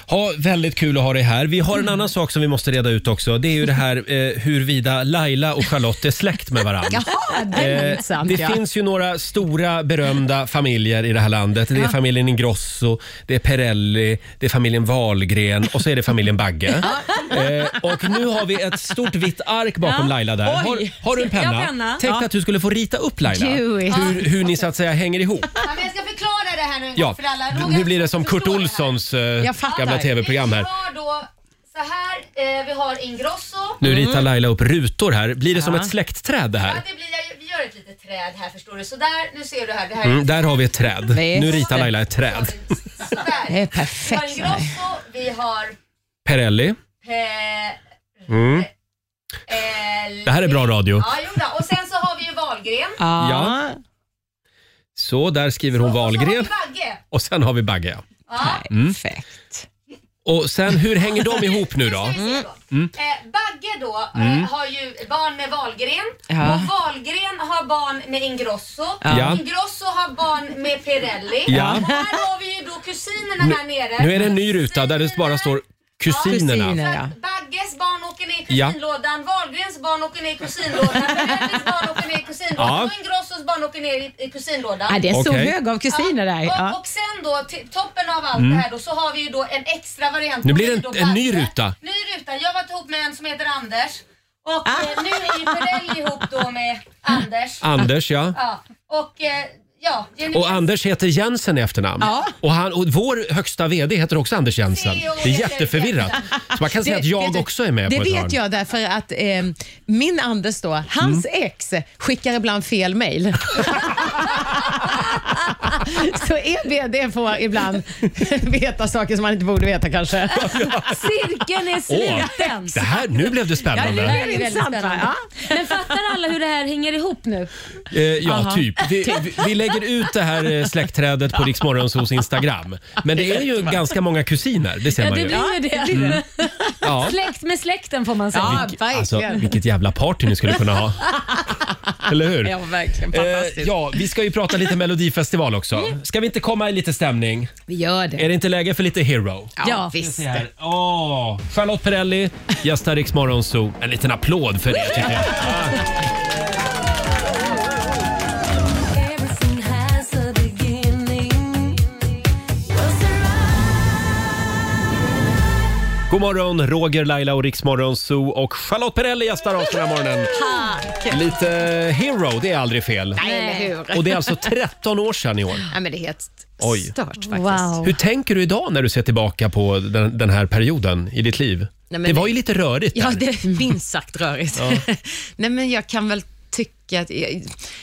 Ha, väldigt kul att ha dig här. Vi har en annan sak som vi måste reda ut också. Det är ju det här eh, huruvida Laila och Charlotte är släkt med varandra. Jaha, det är Eh, sant, det ja. finns ju några stora berömda familjer i det här landet. Det är familjen Ingrosso, det är Perrelli, det är familjen Wahlgren och så är det familjen Bagge. Eh, och nu har vi ett stort vitt ark bakom Laila där. Har, har du en penna? Jag har penna. Tänk Ja. att du skulle få rita upp Laila. Do it. Hur, hur ni så att säga hänger ihop. Ja, men jag ska förklara det här nu en Ja, gång för alla. Roger, nu blir det som Kurt förstår det här. Olssons eh, Jag fattar. gamla tv-program här. Vi har då så här, eh, vi har Ingrosso. Nu ritar Laila upp rutor här. Blir det som Ja. ett släktträd det Ja, här? det blir, vi gör ett litet träd här förstår du. Så där, nu ser du här. Det här är Mm, där har vi ett träd. Visst. Nu ritar Laila ett träd. sådär. Det är Vi perfekt. har Ingrosso, vi har Perrelli. eh, Mm. eh, Det här är bra radio. Ja, jo då. Och sen så har vi ju Wahlgren. Ja. Ja. Så, där skriver hon Och så har vi Wahlgren. Bagge. Och sen har vi Bagge. Ja. Ja. Perfekt. Och sen, hur hänger de ihop nu då? Nu ska vi se då. Mm. Eh, Bagge då eh, har ju barn med Wahlgren Ja. och Wahlgren har barn med Ingrosso. Ja. Ingrosso har barn med Perrelli. Ja. Och här har vi ju då kusinerna här nere. Nu är det en ny ruta där det bara står kusinerna. Kusiner. Så att Bagges barn åker ner i Ja. kusinlådan, Wahlgrens barn åker ner i kusinlådan, Perrellis barn åker ner i kusinlådan Ja. och Ingrossos barn åker ner i, i kusinlådan. Ja, det är en stor Okej. hög av kusiner där. Och, Ja. och sen då, till toppen av allt det här då, så har vi ju då en extra variant. Nu blir det Och en- då en ny Bagge. ruta. Ny ruta. Jag har varit ihop med en som heter Anders. Och eh, nu är ju Perrelli ihop då med Anders. Anders, ja. Ja. Och eh, ja. Jenny- Och Anders heter Jensen i efternamn. Ja. Och, han, och vår högsta vd heter också Anders Jensen. C E O Det är heter jätteförvirrat. Så man kan säga att jag vet du, också är med det på ett vet hörn. jag därför att eh, min Anders då, hans Mm. ex skickar ibland fel mejl. Så er vd får ibland veta saker som man inte borde veta kanske. Cirkeln är sluten. Det här, nu blev det Ja, spännande. det Det är är väldigt intressant va? spännande. Ja. Men fattar alla hur det här hänger ihop nu? Eh, ja, typ. Vi, vi, vi lägger ut det här eh, släktträdet på Rix Morgonzos Instagram. Men det är ju ganska många kusiner, det ser Ja, man det ju. blir ju det. Ja. Släkt med släkten får man säga. Ja, Vilk- alltså, verkligen. vilket jävla party ni skulle kunna ha. Eller hur? Ja, verkligen. Eh, Fantastiskt. ja, vi ska ju prata lite Melodifestival också. Ska vi inte komma i lite stämning? Vi gör det. Är det inte läge för lite Hero? Ja. visst. Åh, Charlotte Perrelli, gästar Rix Morgonzoo. En liten applåd för det tycker jag. God morgon, Roger, Laila och Rix Morgonzoo och Charlotte Perrelli gästar oss den här morgonen. Lite Hero, det är aldrig fel. Nej, eller hur? Och det är alltså tretton år sedan i år. Ja, men det är helt Oj. stört faktiskt. Wow. Hur tänker du idag när du ser tillbaka på den, den här perioden i ditt liv? men det var det- ju lite rörigt Ja, där. det är minst sagt rörigt. Nej, men jag kan väl tycka att... Jag,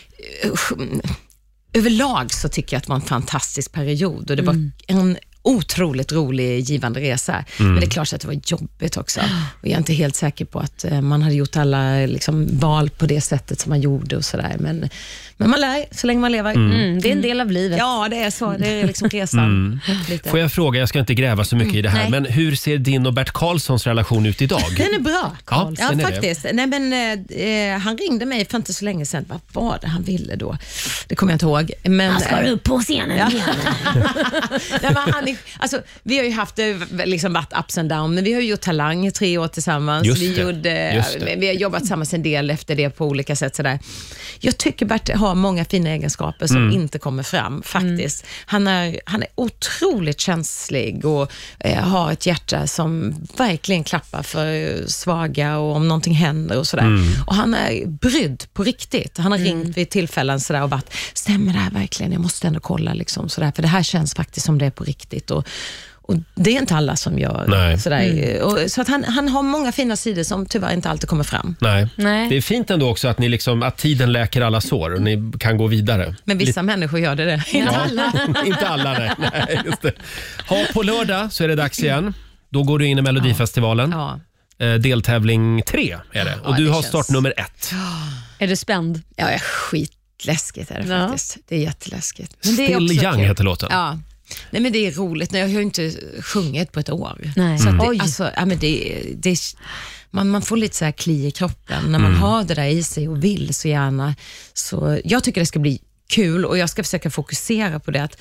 överlag så tycker jag att det var en fantastisk period och det var en otroligt rolig, givande resa. Men det är klart att det var jobbigt också. Och jag är inte helt säker på att eh, man hade gjort alla liksom, val på det sättet som man gjorde och sådär. Men, men man lär så länge man lever. Mm, det är en del av livet. Ja, det är så. Det är liksom resan. Lite. Får jag fråga, jag ska inte gräva så mycket i det här, nej. men hur ser din och Bert Karlssons relation ut idag? Den är bra. Ja, Ja, den är det. faktiskt. Nej, men, eh, han ringde mig för inte så länge sedan. Vad var det han ville då? Det kommer jag inte ihåg. Men, Han ska eh, upp på scenen Ja. igen. Nej, men han är, alltså, vi har ju haft det liksom varit ups and down, men vi har ju gjort Talang i tre år tillsammans. Just vi, det, gjorde, just det. vi har jobbat tillsammans en del efter det på olika sätt. Sådär. Jag tycker Bert har många fina egenskaper som Mm. inte kommer fram faktiskt. Han, är, han är otroligt känslig och eh, har ett hjärta som verkligen klappar för svaga och om någonting händer och sådär. Mm. Och han är brydd på riktigt. Han har ringt vid tillfällen sådär och varit, stämmer det här verkligen? Jag måste ändå kolla liksom sådär, för det här känns faktiskt som det är på riktigt. Och, och det är inte alla som gör Nej. sådär. Och, så att han, han har många fina sidor som tyvärr inte alltid kommer fram. Nej. Nej. Det är fint ändå också att, ni liksom, att tiden läker alla sår och ni kan gå vidare. Men vissa människor gör det. det. Inte alla. Inte alla, nej. nej just det. Ha, på lördag så är det dags igen. Då går du in i Melodifestivalen. Ja. Eh, deltävling tre är det. Och Ja, du det har känns- startnummer ett. Är du spänd? Ja, jag är skitläskigt är det Ja. faktiskt. Det är jätteläskigt. Men det är Still också Young kul. heter låten. Ja. Nej, men det är roligt. Nej, jag har ju inte sjungit på ett år. Nej. Så att Oj. det, alltså, ja, men det, det, man, man får lite så här kli i kroppen när man har det där i sig och vill så gärna. Så jag tycker det ska bli kul och jag ska försöka fokusera på det att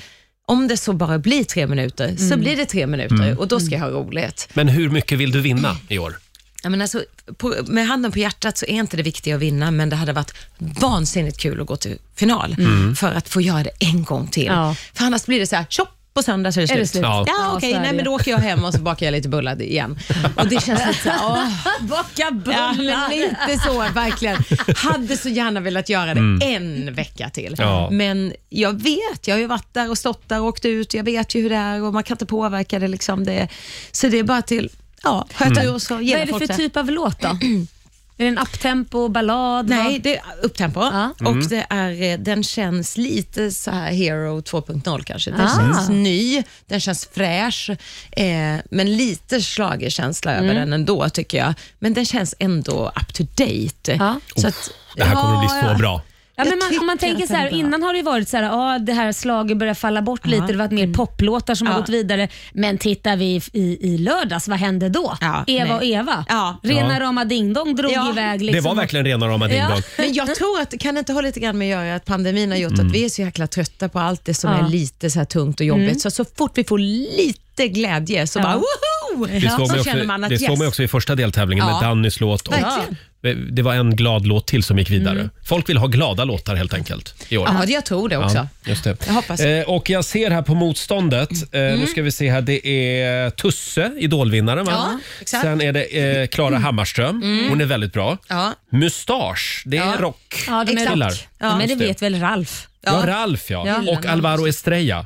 om det så bara blir tre minuter, mm. så blir det tre minuter mm. och då ska jag ha roligt. Men hur mycket vill du vinna i år? Ja, men alltså, på, med handen på hjärtat så är inte det viktiga att vinna, men det hade varit vansinnigt kul att gå till final mm. för att få göra det en gång till. Ja. För annars blir det så här, tjopp, på söndag så är det slut. Är det slut? Ja, ja okej, okay, nej men då åker jag hem och så bakar jag lite bullar igen. Och det känns lite så här, åh, baka bullar. Ja, lite så, verkligen. Hade så gärna velat göra det mm. en vecka till. Ja. Men jag vet, jag har ju varit där och stått där och åkt ut. Jag vet ju hur det är och man kan inte påverka det liksom. Det, så det är bara till, ja, sköta mm. ur och så. Vad är det för typ av låt då? Är det en uptempo, ballad? Nej, det är upptempo. Ja. Och mm. det är, den känns lite så här Hero två punkt noll kanske. Den ah. känns ny, den känns fräsch, eh, men lite schlagerkänsla mm. över den ändå tycker jag. Men den känns ändå up to date. Ja. Så att, det här kommer att bli så bra. Ja, men man, om man tänker så här, innan har det varit så här, ja, det här slaget börjar falla bort lite, det har varit mer poplåtar som ja. har gått vidare, men tittar vi i, i lördags, vad hände då? Ja, Eva nej. och Eva, ja. rena ja. rama ding-dong drog ja. iväg. Liksom. Det var verkligen rena rama ding-dong. Ja. Men jag tror att, kan det inte ha lite grann med att göra att pandemin har gjort mm. att vi är så jäkla trötta på allt det som ja. är lite så här tungt och jobbigt, mm. så så fort vi får lite glädje så ja. bara woho! Det såg man också, man det yes. också i första deltävlingen ja. med Dannys låt och verkligen. Det var en glad låt till som gick vidare. Mm. Folk vill ha glada låtar helt enkelt i år. Ja, jag tror det också. Ja, just det. Jag hoppas. Eh, och jag ser här på motståndet, eh, mm. nu ska vi se här, det är Tusse, idolvinnaren va? Ja, exakt. Sen är det Klara eh, Hammarström, mm. hon är väldigt bra. Ja. Mustasch, det är ja. rock. Ja, de är rock. Ja, men det vet väl Ralf. Ja, ja Ralf ja. ja. Och Alvaro Estrella.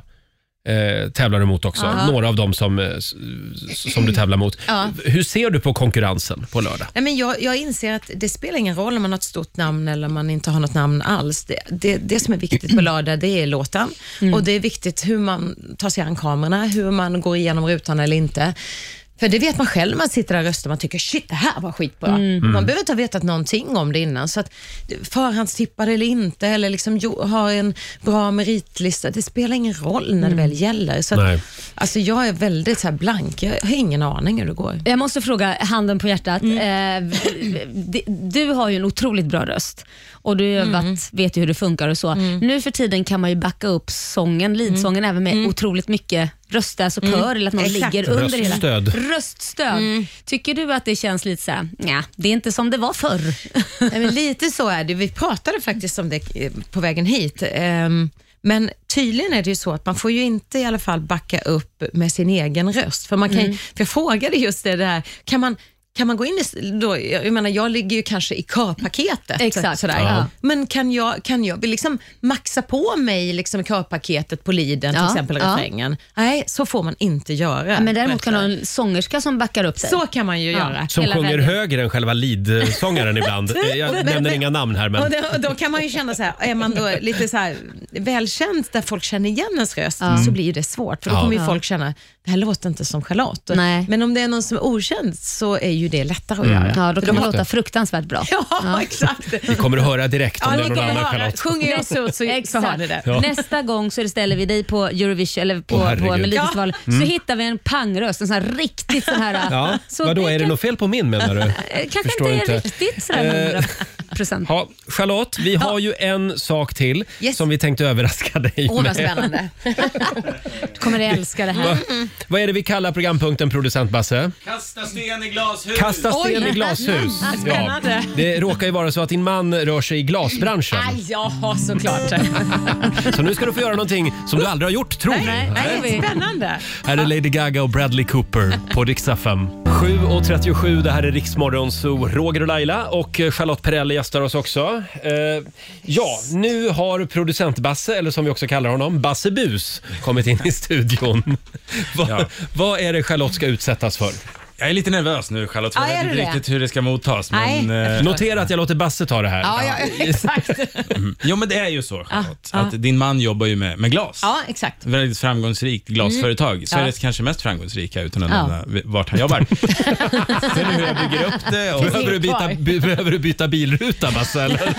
Eh, tävlar du mot också. Aha. Några av dem som, eh, som du tävlar mot. Ja. Hur ser du på konkurrensen på lördag? Nej, men jag, jag inser att det spelar ingen roll om man har ett stort namn eller om man inte har något namn alls. Det, det, det som är viktigt på lördag, det är låten. Mm. Och det är viktigt hur man tar sig an kamerorna, hur man går igenom rutan eller inte. För det vet man själv när man sitter där och röstar. Man tycker, shit, det här var skitbra. Mm. Man behöver inte ha vetat någonting om det innan. Så att förhandstippar eller inte, eller liksom ha en bra meritlista, det spelar ingen roll när det mm. väl gäller. Så att, alltså jag är väldigt så här blank. Jag har ingen aning hur det går. Jag måste fråga, handen på hjärtat. Mm. Eh, du har ju en otroligt bra röst. Och du mm. varit, vet ju hur det funkar och så. Mm. Nu för tiden kan man ju backa upp sången, leadsången, mm. även med mm. otroligt mycket röst, alltså kör, mm. eller att någon Exakt. ligger under Röststöd. hela. Röststöd. Mm. Tycker du att det känns lite så här, ja, det är inte som det var förr? Nej, men lite så är det. Vi pratade faktiskt om det på vägen hit. Um, men tydligen är det ju så att man får ju inte i alla fall backa upp med sin egen röst. För man kan mm. för jag frågade just det där, kan man Kan man gå in i, då, jag menar jag ligger ju kanske i körpaketet. Exakt. Sådär. Ja. Men kan jag, kan jag liksom maxa på mig liksom körpaketet på liden, till ja. exempel ja. refrängen? Nej, så får man inte göra. Ja, men däremot kan du ha en sångerska som backar upp sig. Så kan man ju ja. göra. Som sjunger vägen. högre än själva leadsångaren ibland. Jag nämner inga namn här. Men... Och då, då kan man ju känna så här, är man då lite så här välkänd där folk känner igen ens röst, mm. så blir det svårt. För då kommer ja. ju folk känna, det här låter inte som Charlotte. Nej. Men om det är någon som är okänd så är ju det lättare att mm. göra. Ja, då kan man låta fruktansvärt bra. Ja, ja. exakt. Vi kommer att höra direkt om ja, det är någon annan Charlotte. Sjunger jag så, så, så har det det. Ja. Nästa gång så ställer vi dig på Eurovision eller på, oh, på Melodifestivalen, ja. mm. så hittar vi en pangröst, en sån här riktigt sån här... Ja. Så vadå, är det kan... något fel på min menar du? Kanske Förstår inte är inte. riktigt sådär hundra procent. Ja, Charlotte, vi har ju en sak till yes. som vi tänkte överraska dig med. Åh, vad spännande. Du kommer att älska det här. Mm. Vad är det vi kallar programpunkten, producent Basse? Kasta sten i glashus. Kasta sten Oj. i glashus. Ja, det råkar ju vara så att din man rör sig i glasbranschen. Aj, ja, såklart. Så nu ska du få göra någonting som du aldrig har gjort, tror vi. Nej, nej, spännande. Här är Lady Gaga och Bradley Cooper på Rix F M. sju och trettiosju, det här är Rix Morgon Zoo. Roger och Laila och Charlotte Perrelli gästar oss också. Eh, ja, nu har producent Basse, eller som vi också kallar honom, Basse Bus, kommit in i studion. Va, ja. Vad är det Charlotte ska utsättas för? Jag är lite nervös nu, Charlotte. Jag ah, vet inte det? riktigt hur det ska mottas. Men, eh... Notera att jag låter Basse ta det här. Ja, ja, exakt. Mm. Jo, men det är ju så, Charlotte. Ah, att ah. din man jobbar ju med, med glas. Ja, exakt. Väldigt framgångsrikt glasföretag. Mm. Sveriges ja. kanske mest framgångsrika, utan att nämna ja. vart han jobbar. Ser du hur jag bygger upp det? Och... Behöver, du byta, be, behöver du byta bilruta, Basse? Eller?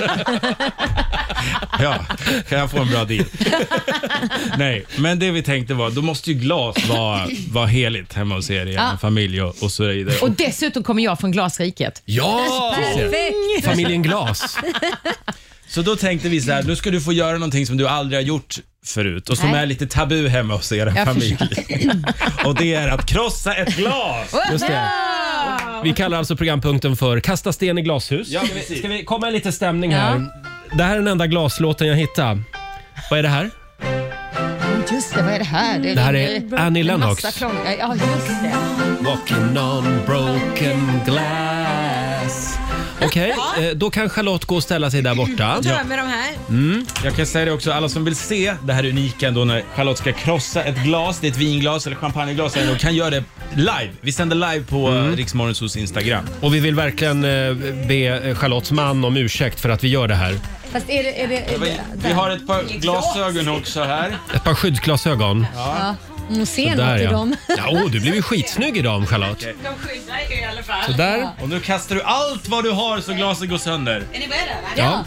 Ja, kan jag få en bra deal? Nej, men det vi tänkte var, då måste ju glas vara, vara heligt hemma hos er i ja. en familj och, och så vidare. Och dessutom kommer jag från Glasriket. Ja! Familjen Glas. Så då tänkte vi så här, nu ska du få göra någonting som du aldrig har gjort förut och som Nej. är lite tabu hemma hos er Jag familj. Och det är att krossa ett glas. Just det. Vi kallar alltså programpunkten för Kasta sten i glashus. Ja, ska, vi, ska vi komma i lite stämning här? Det här är den enda glaslåten jag hittar. Vad är det här? Just det, vad är det här? Det här är Annie Lennox. Massa klång- Ja, just det. Walking on broken glass. Okej, okay, då kan Charlotte gå och ställa sig där borta. Vad gör med de här? Mm. Jag kan säga det också, alla som vill se det här unika ändå när Charlotte ska krossa ett glas, det är ett vinglas eller champagneglas, och kan göra det live. Vi sänder live på mm. Rix Morgonzoos Instagram. Och vi vill verkligen eh, be Charlottes man om ursäkt för att vi gör det här. Fast är det... Är det, är det vi, vi har ett par glasögon också här. Ett par skyddsglasögon. Ja. Hon ser Sådär, något i ja. dem. Ja, oh, du blev ju skitsnygg i dem, Charlotte. De skyddar ju i alla fall. Sådär. Ja. Och nu kastar du allt vad du har så glaset går sönder. Är ni beredda? Ja.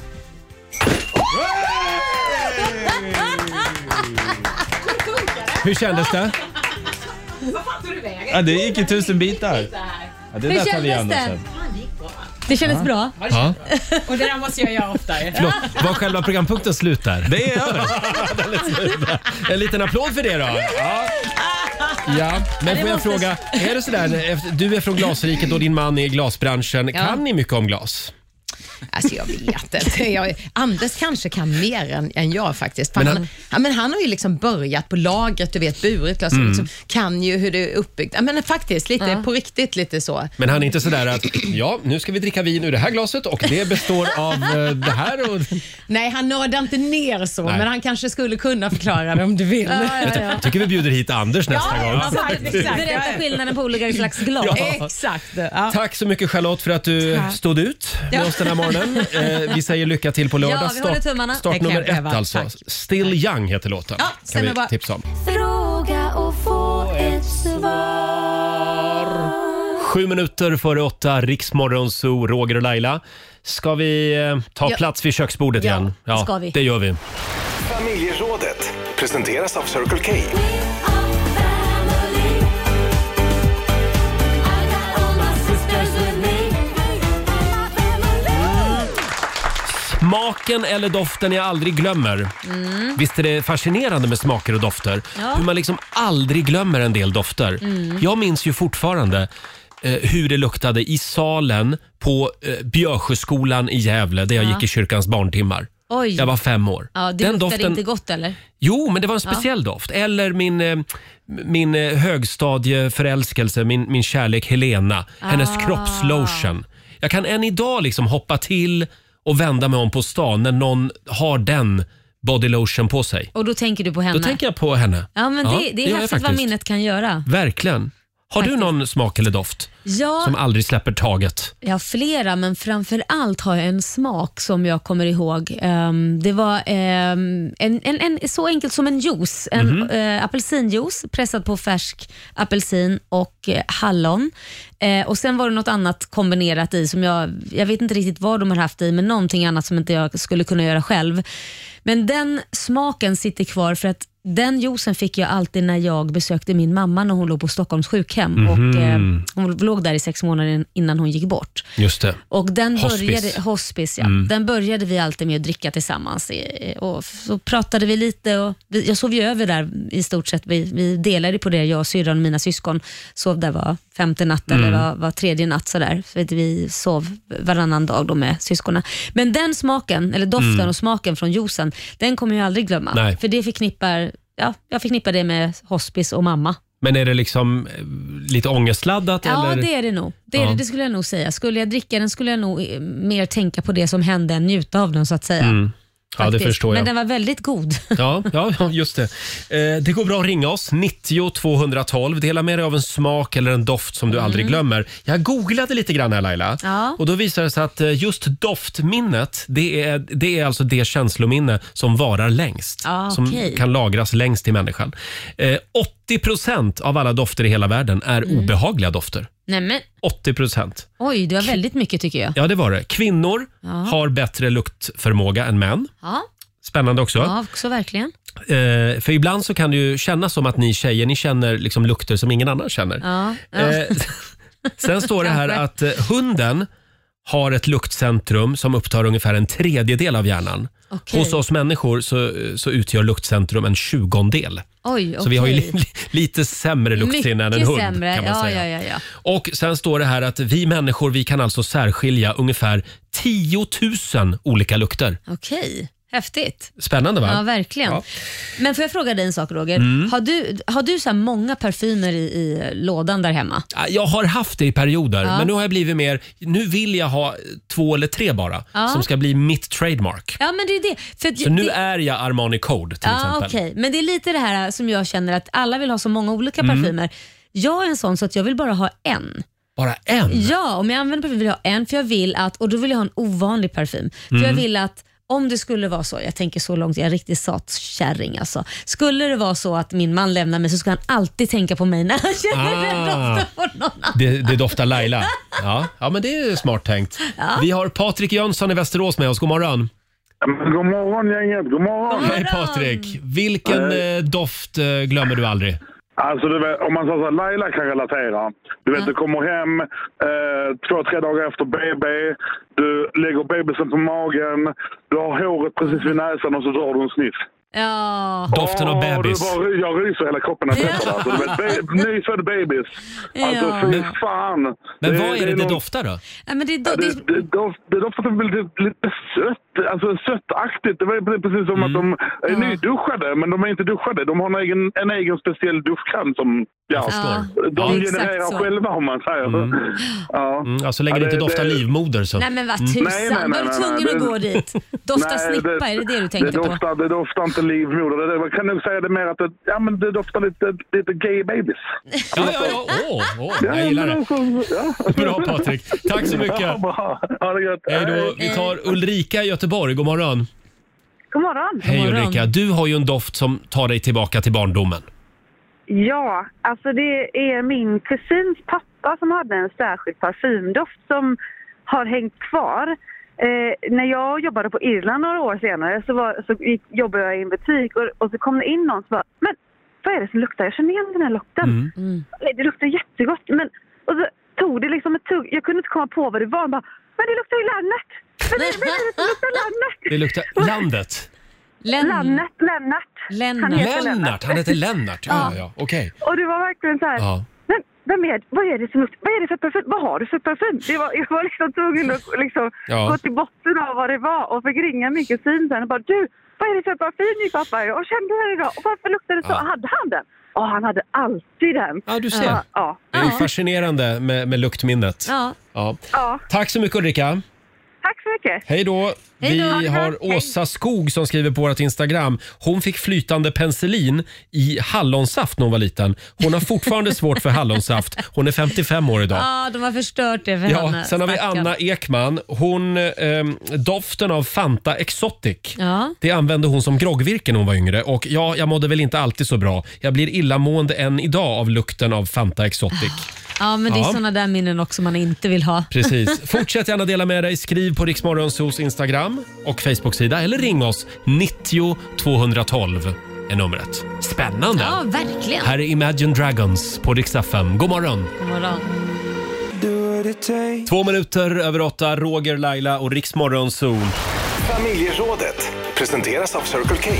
Hur kändes det? Vad fan tog du vägen? Ja, det gick i tusen bitar. Ja, det Hur där tar vi kändes igen det? sen. Det kändes bra. Ja. Och det där måste jag göra oftare. Förlåt, var själva programpunkten slut där? Det är över. En liten applåd för det då. Ja. Ja, men får jag fråga, är det sådär, du är från glasriket och din man är i glasbranschen, Ja. kan ni mycket om glas? Alltså jag vet inte. Jag, Anders kanske kan mer än, än jag faktiskt. Men Men han- han, ja, men han har ju liksom börjat på lagret, du vet, burit glas. Mm. Liksom, kan ju hur det är uppbyggt. Ja, men faktiskt, lite Ja. på riktigt lite så. Men han är inte sådär att, ja, nu ska vi dricka vin ur det här glaset och det består av eh, det här och... Nej, han nördar inte ner så, Nej. men han kanske skulle kunna förklara det om du vill. Ja, ja, ja. Jag tycker vi bjuder hit Anders nästa Ja, gång. exakt, exakt. Berätta skillnaden på olika slags glas. Ja. Exakt. Ja. Tack så mycket Charlotte för att du Tack. stod ut med Ja. oss den här morgonen. Eh, vi säger lycka till på lördag. Ja, vi håller tummarna. start Det kan nummer jag ett behöva. alltså. Tack. Still Young heter låten. Ja, kan stämmer vi bra. tipsa om. Fråga och få ett svar. Sju minuter före åtta, Rix Morgonzoo, Roger och Laila. Ska vi eh, ta Ja. plats vid köksbordet Ja, igen? det ska vi. Det gör vi. Familjerådet presenteras av Circle K. Smaken eller doften jag aldrig glömmer. Mm. Visst är det fascinerande med smaker och dofter? Ja. Hur man liksom aldrig glömmer en del dofter. Mm. Jag minns ju fortfarande eh, hur det luktade i salen på eh, Björsjöskolan i Gävle där jag Ja. gick i kyrkans barntimmar. Oj. Jag var fem år. Ja, det luktade inte gott eller? Jo, men det var en speciell doft. Eller min, eh, min eh, högstadieförälskelse, min, min kärlek Helena. Hennes Ah. kroppslotion. Jag kan än idag liksom hoppa till och vända mig om på stan när någon har den bodylotion på sig. Och då tänker du på henne? Då tänker jag på henne. Ja, men det, det gör är jag häftigt vad faktiskt. minnet kan göra. Verkligen. Har du någon smak eller doft Ja, som aldrig släpper taget? jag har flera, men framför allt har jag en smak som jag kommer ihåg. Ehm, det var ehm, en, en, en, så enkelt som en juice. En Mhm. eh, apelsinjuice pressad på färsk apelsin och eh, hallon. Eh, och Sen var det något annat kombinerat i som jag, jag vet inte riktigt vad de har haft i, men någonting annat som inte jag skulle kunna göra själv. Men den smaken sitter kvar för att den juicen fick jag alltid när jag besökte min mamma när hon låg på Stockholms sjukhem. Mhm. Och, eh, hon låg där i sex månader innan hon gick bort. Just det. Och den Hospice. började, hospice ja. Mm. Den började vi alltid med att dricka tillsammans. i- Och så pratade vi lite och vi- jag sov ju över där i stort sett. Vi, vi delade på det, jag och syrran och mina syskon sov där var femte natt Mm. eller var, var tredje natt sådär. Så att vi sov varannan dag då med syskonen. Men den smaken, eller doften Mm. och smaken från juicen, den kommer jag aldrig glömma. Nej. För det förknippar, ja, jag förknippar det med hospice och mamma. Men är det liksom eh, lite ångestladdat? Ja, eller? det är det nog. Det, är Ja. det, det skulle jag nog säga. Skulle jag dricka den skulle jag nog eh, mer tänka på det som hände än njuta av den så att säga. Mm. Ja, det Faktiskt. förstår jag. Men den var väldigt god. Ja, ja, ja, just det. Eh, det går bra att ringa oss. nittio tvåhundratolv. Dela med dig av en smak eller en doft som du Mm. aldrig glömmer. Jag googlade lite grann här Laila. Ja. Och då visar det sig att eh, just doftminnet, det är, det är alltså det känslominne som varar längst. Ah, som okej. kan lagras längst i människan. Eh, åttio procent av alla dofter i hela världen är Mm. obehagliga dofter. Nej, men, åttio procent. oj, det var väldigt mycket tycker jag. Ja, det var det. Kvinnor Ja. har bättre luktförmåga än män. Ja, Spännande också. ja också verkligen. Eh, för ibland så kan det ju kännas som att ni tjejer, ni känner liksom lukter som ingen annan känner. Ja, ja. Eh, sen står det här att eh, hunden har ett luktcentrum som upptar ungefär en tredjedel av hjärnan. Okay. Hos oss människor så, så utgör luktcentrum en tjugondel. Oj, så vi har ju okej. li, lite sämre luktsinne än en hund sämre. kan man ja, säga. Ja, ja, ja. Och sen står det här att vi människor vi kan alltså särskilja ungefär tio tusen olika lukter. Okej. Häftigt. Spännande va? Ja, verkligen. Ja. Men får jag fråga dig en sak, Roger? Mm. Har du, har du så här många parfymer i, i lådan där hemma? Jag har haft det i perioder, Ja. men nu har jag blivit mer... Nu vill jag ha två eller tre bara, Ja. som ska bli mitt trademark. Ja, men det är det. För att Så nu det, är jag Armani Code till ja, exempel. okej. Men det är lite det här som jag känner att alla vill ha så många olika Mm. parfymer. Jag är en sån så att jag vill bara ha en. Bara en? Ja, om jag använder parfym vill jag ha en, för jag vill att, och då vill jag ha en ovanlig parfym. För Mm. jag vill att om det skulle vara så, jag tänker så långt, jag är en riktig satkärring alltså. Skulle det vara så att min man lämnar mig så ska han alltid tänka på mig när han känner Ah. den doften på någon annan. Det, det doftar Laila. Ja. ja, men det är smart tänkt. Ja. Vi har Patrik Jönsson i Västerås med oss. God morgon. God morgon gänget, god morgon. Hej Patrik. Vilken eh, doft eh, glömmer du aldrig? Alltså du vet, om man säger så här, Laila kan relatera. Du vet, du kommer hem eh, två, tre dagar efter B B. Du lägger bebisen på magen. Du har håret precis vid näsan och så drar du en sniff. Ja. Doften av bebis. Du bara, jag ryser hela kroppen när jag träffar det. Alltså, du vet, be- nyfödd bebis. Alltså Ja. fy fan. Men vad är det det någon- doftar då? Ja, men det, Ja, det, det, det, doft, det doftar lite, lite sött, alltså sötaktigt. Det var precis som att de är nyduschade, men de är inte duschade. De har en egen, en egen speciell duschkram som ja, förstår. de Ja. genererar Exakt så. själva om man säger. Mm. Ja. Mm, alltså så länge det Ja, inte doftar det- livmoder så. nej men vad Mm. tusan, Nej, nej, nej, var du nej, tvungen nej, att det- gå dit? Dofta Nej, snippa, är det det du tänkte det på? doftar, det doftar inte livmoder. Det, det, kan nog säga det mer att det, ja, men det doftar lite, lite gay babies. Ja, ja, ja. Åh, åh, Ja, jag gillar men det. alltså, ja. Bra Patrik. Tack så mycket. Ja, bra. Ha det gött. Hej då. Vi tar Ulrika i Göteborg. God morgon. God morgon. Hej God morgon. Ulrika. Du har ju en doft som tar dig tillbaka till barndomen. Ja, alltså det är min kusins pappa som hade en särskild parfymdoft som har hängt kvar. Eh, när jag jobbade på Irland några år senare så, var, så gick, jobbade jag i en butik och, och så kom det in någon som bara, men vad är det som luktar? Jag känner igen den här lukten. Mm. Det luktar jättegott. Men, och så tog det liksom ett tugg. Jag kunde inte komma på vad det var. Jag bara, men det luktar ju landet. Men det, men det, det luktar landet. Det luktar landet. Len- Landet, Lennart. Lennart. Han heter Lennart. Han heter Lennart. Ja, ja, ja. Okej. Och det var verkligen så här. Ja. Men vem är, vad är det som, vad är det för parfym? Vad har du för parfym? Det var, jag var liksom tvungen att liksom Ja. gå till botten av vad det var och fick ringa min kusin sen och bara, du, vad är det för parfym ni pappa? Och kände den idag? Och varför luktar det så? Ja. Hade han den? Ja, han hade alltid den. Ja, du ser. Ja, ja. Det är ju fascinerande med, med luktminnet. Ja. Ja. Ja. Tack så mycket Ulrika. Tack så mycket. Hej då. Hej då. Vi har Åsa Skog som skriver på vårt Instagram. Hon fick flytande penicillin i hallonsaft när hon var liten. Hon har fortfarande svårt för hallonsaft. Hon är femtiofem år idag. Ja, de har förstört det för Ja, henne. sen har vi stackarn. Anna Ekman. Hon, ehm, doften av Fanta Exotic. Ja. Det använde hon som groggvirke när hon var yngre. Och ja, jag mådde väl inte alltid så bra. Jag blir illamående än idag av lukten av Fanta Exotic. Ja, men det är Ja. såna där minnen också man inte vill ha. Precis. Fortsätt gärna dela med dig. Skriv på Riksmorgonsos Instagram och Facebook-sida eller ring oss. nittio tvåhundratolv är numret. Spännande! Ja, verkligen. Här är Imagine Dragons på Rix F M. God morgon! God morgon. Två minuter över åtta. Roger, Laila och Riksmorgonso. Familjerådet presenteras av Circle K.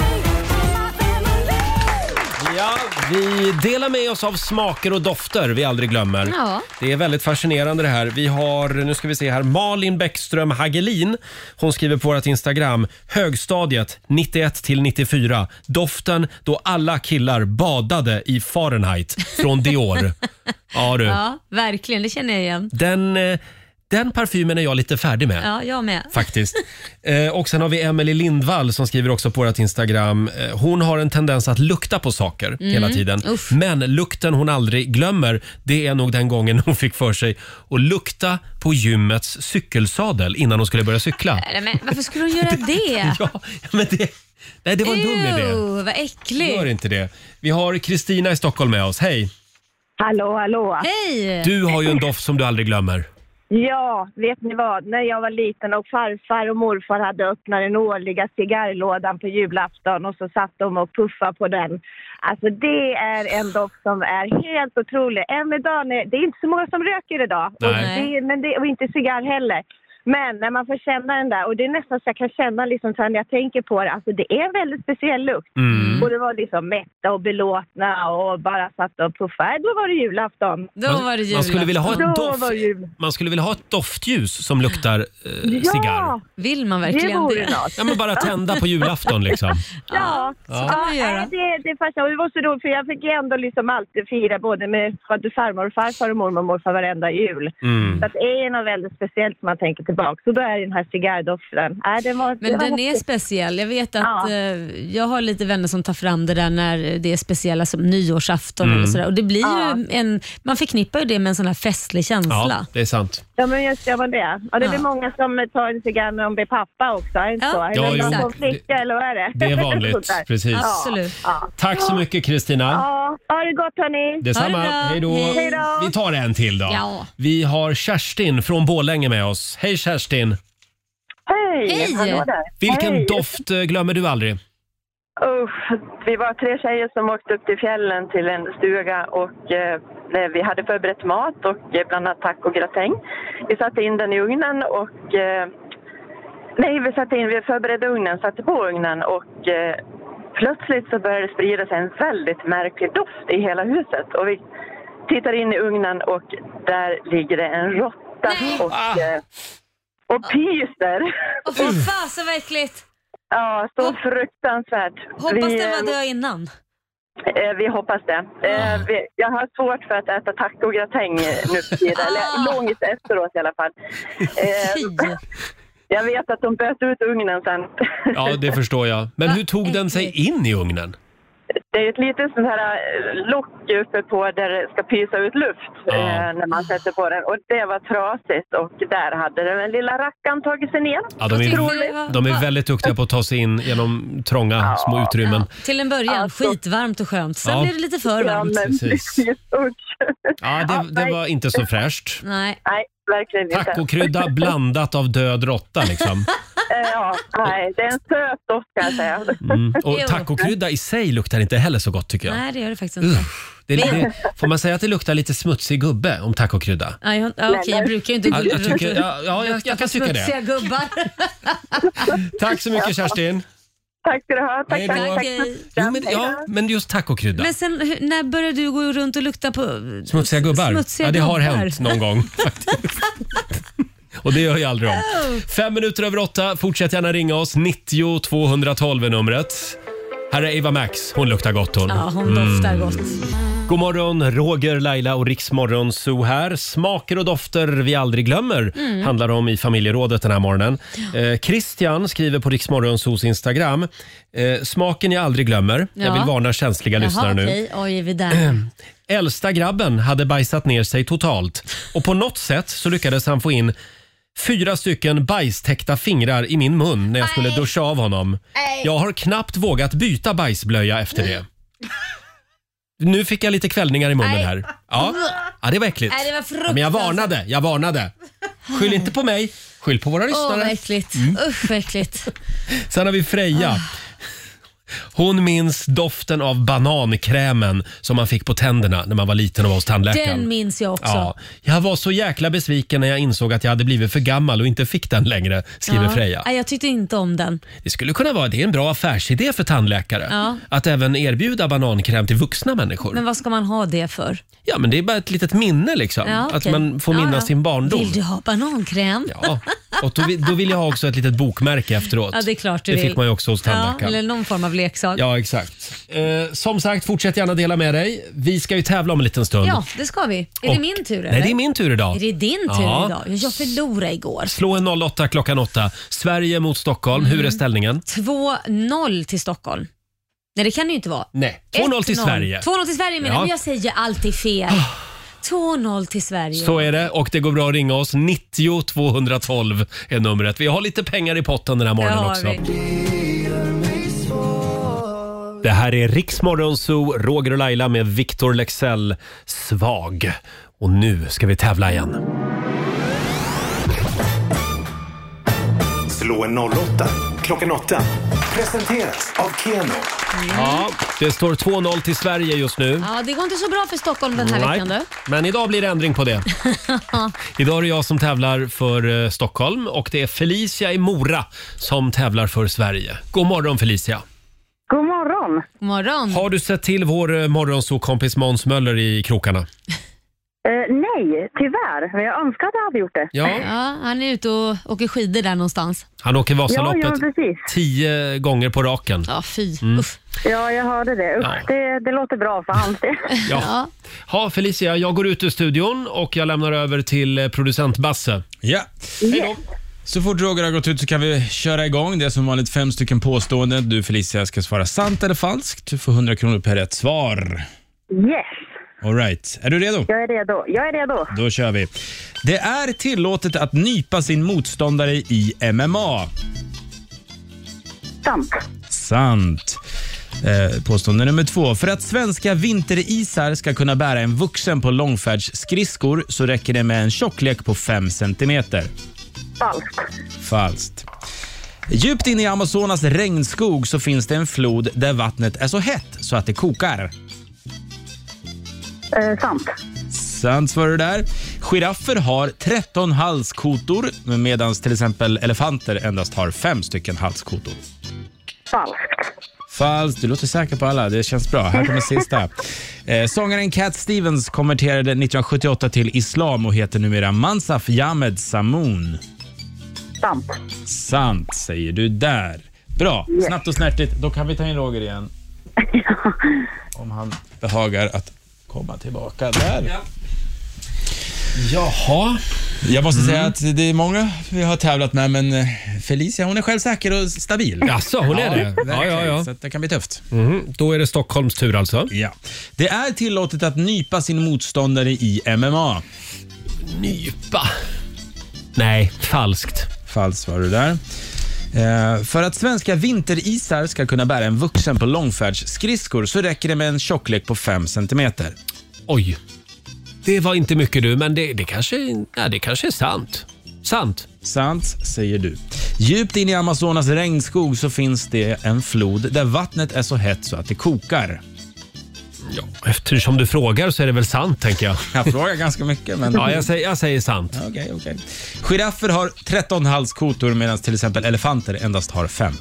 Ja, vi delar med oss av smaker och dofter vi aldrig glömmer. Ja. Det är väldigt fascinerande det här. Vi har, nu ska vi se här, Malin Bäckström Hagelin. Hon skriver på vårt Instagram, högstadiet nittioett till nittiofyra. Doften då alla killar badade i Fahrenheit från Dior. Ja du, Ja, verkligen. Det känner jag igen. den, eh, den parfymen är jag lite färdig med. Ja, jag med. Faktiskt. Eh, och sen har vi Emily Lindvall som skriver också på vårt Instagram. Eh, hon har en tendens att lukta på saker Mm. hela tiden. Uff. Men lukten hon aldrig glömmer, det är nog den gången hon fick för sig att lukta på gymmets cykelsadel innan hon skulle börja cykla. Nej, men varför skulle hon göra det? Ja, men det, nej, det var en dum idé. Ew, vad äckligt. Gör inte det. Vi har Kristina i Stockholm med oss. Hej! Hallå, hallå. Hej! Du har ju en doft som du aldrig glömmer. Ja, vet ni vad? När jag var liten och farfar och morfar hade öppnat den årliga cigarrlådan på julafton och så satt de och puffade på den. Alltså det är en doft som är helt otrolig. Än idag, det är inte så många som röker idag. Och, det, men det, och inte cigarr heller. Men när man får känna den där, och det är nästan så jag kan känna liksom så här när jag tänker på det, alltså det är en väldigt speciell lukt. Mm. Och det var liksom mätta och belåtna och bara satt och puffade. Då var det julafton. Då var det julafton. Man skulle vilja ha ett, doft, jul. man skulle vilja ha ett doftljus som luktar eh, ja, cigarr. Vill man verkligen det? det? Ja, men bara tända på julafton liksom. Ja, så kan man göra. Ja, det, det, det, det var så roligt för jag fick ändå liksom alltid fira både med farmor och farfar och mormor och morfar varenda jul. Mm. Så att det är något väldigt speciellt som man tänker tillbaka. Så då är den här cigarrdoften. Äh, det var, Men det var den är häftigt. speciell. Jag vet att Ja. eh, jag har lite vänner som tar fram det där när det är speciella som nyårsafton Mm. eller sådär. Och det blir Ja. ju en, man förknippar ju det med en sån här festlig känsla. Ja, det är sant. Ja, men just det var det. Ja, det är Ja. många som tar en cigarr när de blir pappa också. Är det inte Ja. så? Ja, Eller jo. de får flicka eller vad är det? Det är vanligt, Sånt där. precis. Ja. Absolut. Ja. Tack så mycket Kristina. Ja, ha det gott hörni. Detsamma. Ha det bra. Hej då. Hej. Hej då. Vi tar en till då. Ja. Vi har Kerstin från Borlänge med oss. Hej Kerstin. Hej! Hej. Hallå där. Vilken Hej. doft eh, glömmer du aldrig? Uff, vi var tre tjejer som åkte upp till fjällen till en stuga och eh, vi hade förberett mat och eh, bland annat tacogratäng. Vi satte in den i ugnen och eh, nej, vi satte in, vi förberedde ugnen, satte på ugnen och eh, plötsligt så började det sprida sig en väldigt märklig doft i hela huset och vi tittar in i ugnen och där ligger det en råtta och, eh, och pyser. Och för fan så verkligt. Ja, så fruktansvärt. Hoppas vi, den var död innan. eh, vi hoppas det. Eh, vi, jag har svårt för att äta tacogratäng nu för tiden. Eller långt efteråt i alla fall. Eh, Fy. jag vet att de böt ut ugnen sen. Ja, det förstår jag. Men hur tog den sig in i ugnen? Det är ett litet sånt här eh, lock uppe på där det ska pysa ut luft Ja. eh, när man sätter på den. Och det var trasigt och där hade den lilla rackan tagit sig ner. Ja, de, är, de är väldigt duktiga på att ta sig in genom trånga små utrymmen. Ja, till en början skitvarmt och skönt. Sen Ja. blev det lite för varmt. Ja, men Precis. usch. Ja, det, det var inte så fräscht. Nej. Nej, verkligen inte. Tacokrydda blandat av död råtta liksom. Eh, ja, nej, det är en söt doft kan jag säga. Mm. Och Jo. tacokrydda i sig luktar inte heller så gott tycker jag. Nej, det gör det faktiskt inte. Det, det, får man säga att det luktar lite smutsig gubbe om tacokrydda? Ja, jag, ja, okej, jag brukar ju inte Ja, gå jag runt tycker- och ja, ja, jag- jag kan tycka det. smutsiga gubbar. Tack så mycket Kerstin. Tack ska du ha. Tack, Hej tack, då. tack. Okej. Jo, men, ja, men just tacokrydda. Men sen, hur- när började du gå runt och lukta på Smutsiga gubbar? smutsiga Ja, det har gubbar? hänt någon gång faktiskt. Och det gör jag aldrig om. Fem minuter över åtta. Fortsätt gärna ringa oss. nittio tvåhundratolv är numret. Här är Eva Max. Hon luktar gott hon. Ja, hon doftar gott. God morgon, Roger, Laila och Riksmorgon Zoo här. Smaker och dofter vi aldrig glömmer Mm. handlar om i familjerådet den här morgonen. Eh, Christian skriver på Riksmorgon Zoos Instagram. Eh, smaken jag aldrig glömmer. Jag Ja. vill varna känsliga lyssnare nu. okej. Oj, är vi där? Äldsta grabben hade bajsat ner sig totalt och på något sätt så lyckades han få in fyra stycken bajstäckta fingrar i min mun när jag skulle duscha av honom. Nej. Jag har knappt vågat byta bajsblöja efter det. Nu fick jag lite kvällningar i munnen Nej. här. Ja, ja det var äckligt. Nej, det var Ja, fruktansvärt. men jag varnade, jag varnade. Skyll inte på mig, skyll på våra Åh, lyssnare. vad äckligt. Usch, vad äckligt. Sen har vi Freja. Hon minns doften av banankrämen som man fick på tänderna när man var liten och var hos tandläkaren. Den minns jag också. Ja, jag var så jäkla besviken när jag insåg att jag hade blivit för gammal och inte fick den längre, skriver Ja. Freja. Nej, jag tyckte inte om den. Det skulle kunna vara, det är en bra affärsidé för tandläkare. Ja. Att även erbjuda banankräm till vuxna människor. Men vad ska man ha det för? Ja, men det är bara ett litet minne liksom. Ja, Att okej. man får Ja, minnas ja. sin barndom. Vill du ha banankräm? Ja, och då, vill- då vill jag ha också ett litet bokmärke efteråt. Ja, det är klart du Det vill. fick man ju också hos Ja, tandläkaren. eller någon form av leksak. Ja, exakt. Eh, som sagt, fortsätt gärna dela med dig. Vi ska ju tävla om en liten stund. Ja, det ska vi. Är Och- det min tur eller? Nej, det är min tur idag. Är det din tur Ja. idag? Jag förlorade igår. Slå en noll åtta klockan åtta. Sverige mot Stockholm. Mm. Hur är ställningen? två noll till Stockholm. Nej, det kan det ju inte vara. Nej, två noll till ett noll. Sverige. två noll till Sverige menar Ja. jag. Jag säger alltid fel. två noll till Sverige. Så är det och det går bra att ringa oss. nittio tvåhundratolv är numret. Vi har lite pengar i potten den här morgonen Det har också. vi. Det här är Riksmorgon Zoo, Roger och Laila med Victor Lexell, Svag. Och nu ska vi tävla igen. Slå en noll åtta klockan åtta. Presenteras av Keno. Ja, det står två noll till Sverige just nu. Ja, det går inte så bra för Stockholm den här Nej, veckan du. men idag blir det ändring på det. Idag är det jag som tävlar för eh, Stockholm och det är Felicia i Mora som tävlar för Sverige. God morgon Felicia. God morgon. God morgon. Har du sett till vår morgonsokompis Måns Möller i krokarna? Eh, nej, tyvärr. Men jag önskar att jag hade gjort det. Ja. Ja, han är ute och åker skidor där någonstans. Han åker Vasaloppet Ja, ja, precis. tio gånger på raken. Ja, fy. Mm. Uff. Ja, jag hörde det. Usch, Ja. det, det låter bra för hans del. Ja. Ha Felicia, jag går ut ur studion och jag lämnar över till producent Basse. Ja. Yes. Så fort Roger har gått ut så kan vi köra igång. Det är som vanligt fem stycken påståenden. Du Felicia ska svara sant eller falskt. Du får hundra kronor per rätt svar. Yes, All right. Är du redo? jag är redo. Jag är redo. Då kör vi. Det är tillåtet att nypa sin motståndare i M M A. Sant. Sant. Eh, påstående nummer två. För att svenska vinterisar ska kunna bära en vuxen på långfärdsskridskor så räcker det med en tjocklek på fem centimeter. Falskt. Falskt. Djupt in i Amazonas regnskog så finns det en flod där vattnet är så hett så att det kokar. Eh, sant. Sant svarar du där. Giraffer har tretton halskotor medan till exempel elefanter endast har fem stycken halskotor. Falskt. Falskt. Du låter säker på alla. Det känns bra. Här kommer sista. Eh, sångaren Cat Stevens konverterade nittonhundrasjuttioåtta till islam och heter numera Mansaf Yamed Samoun. Sant. Sant säger du där. Bra. Yes. Snabbt och snärtigt. Då kan vi ta in Roger igen. Om han behagar att komma tillbaka där. Ja. Jaha. Jag måste säga att det är många vi har tävlat med, men Felicia hon är självsäker och stabil. Jaså, hon är det? Ja, Ja, ja, ja. Så att det kan bli tufft. Mm, då är det Stockholms tur alltså. Ja. Det är tillåtet att nypa sin motståndare i M M A. Nypa? Nej, falskt. Falskt var du där. Eh, för att svenska vinterisar ska kunna bära en vuxen på långfärdsskridskor så räcker det med en tjocklek på fem centimeter. Oj. Det var inte mycket du, men det, det, kanske, ja, det kanske är sant. Sant. Sant, säger du. Djupt in i Amazonas regnskog så finns det en flod där vattnet är så hett så att det kokar. Ja, eftersom du frågar så är det väl sant, tänker jag. Jag frågar ganska mycket, men... Ja, jag säger, jag säger sant. Okej, okay, okej. Okay. Giraffer har tretton halskotor medan till exempel elefanter endast har fem.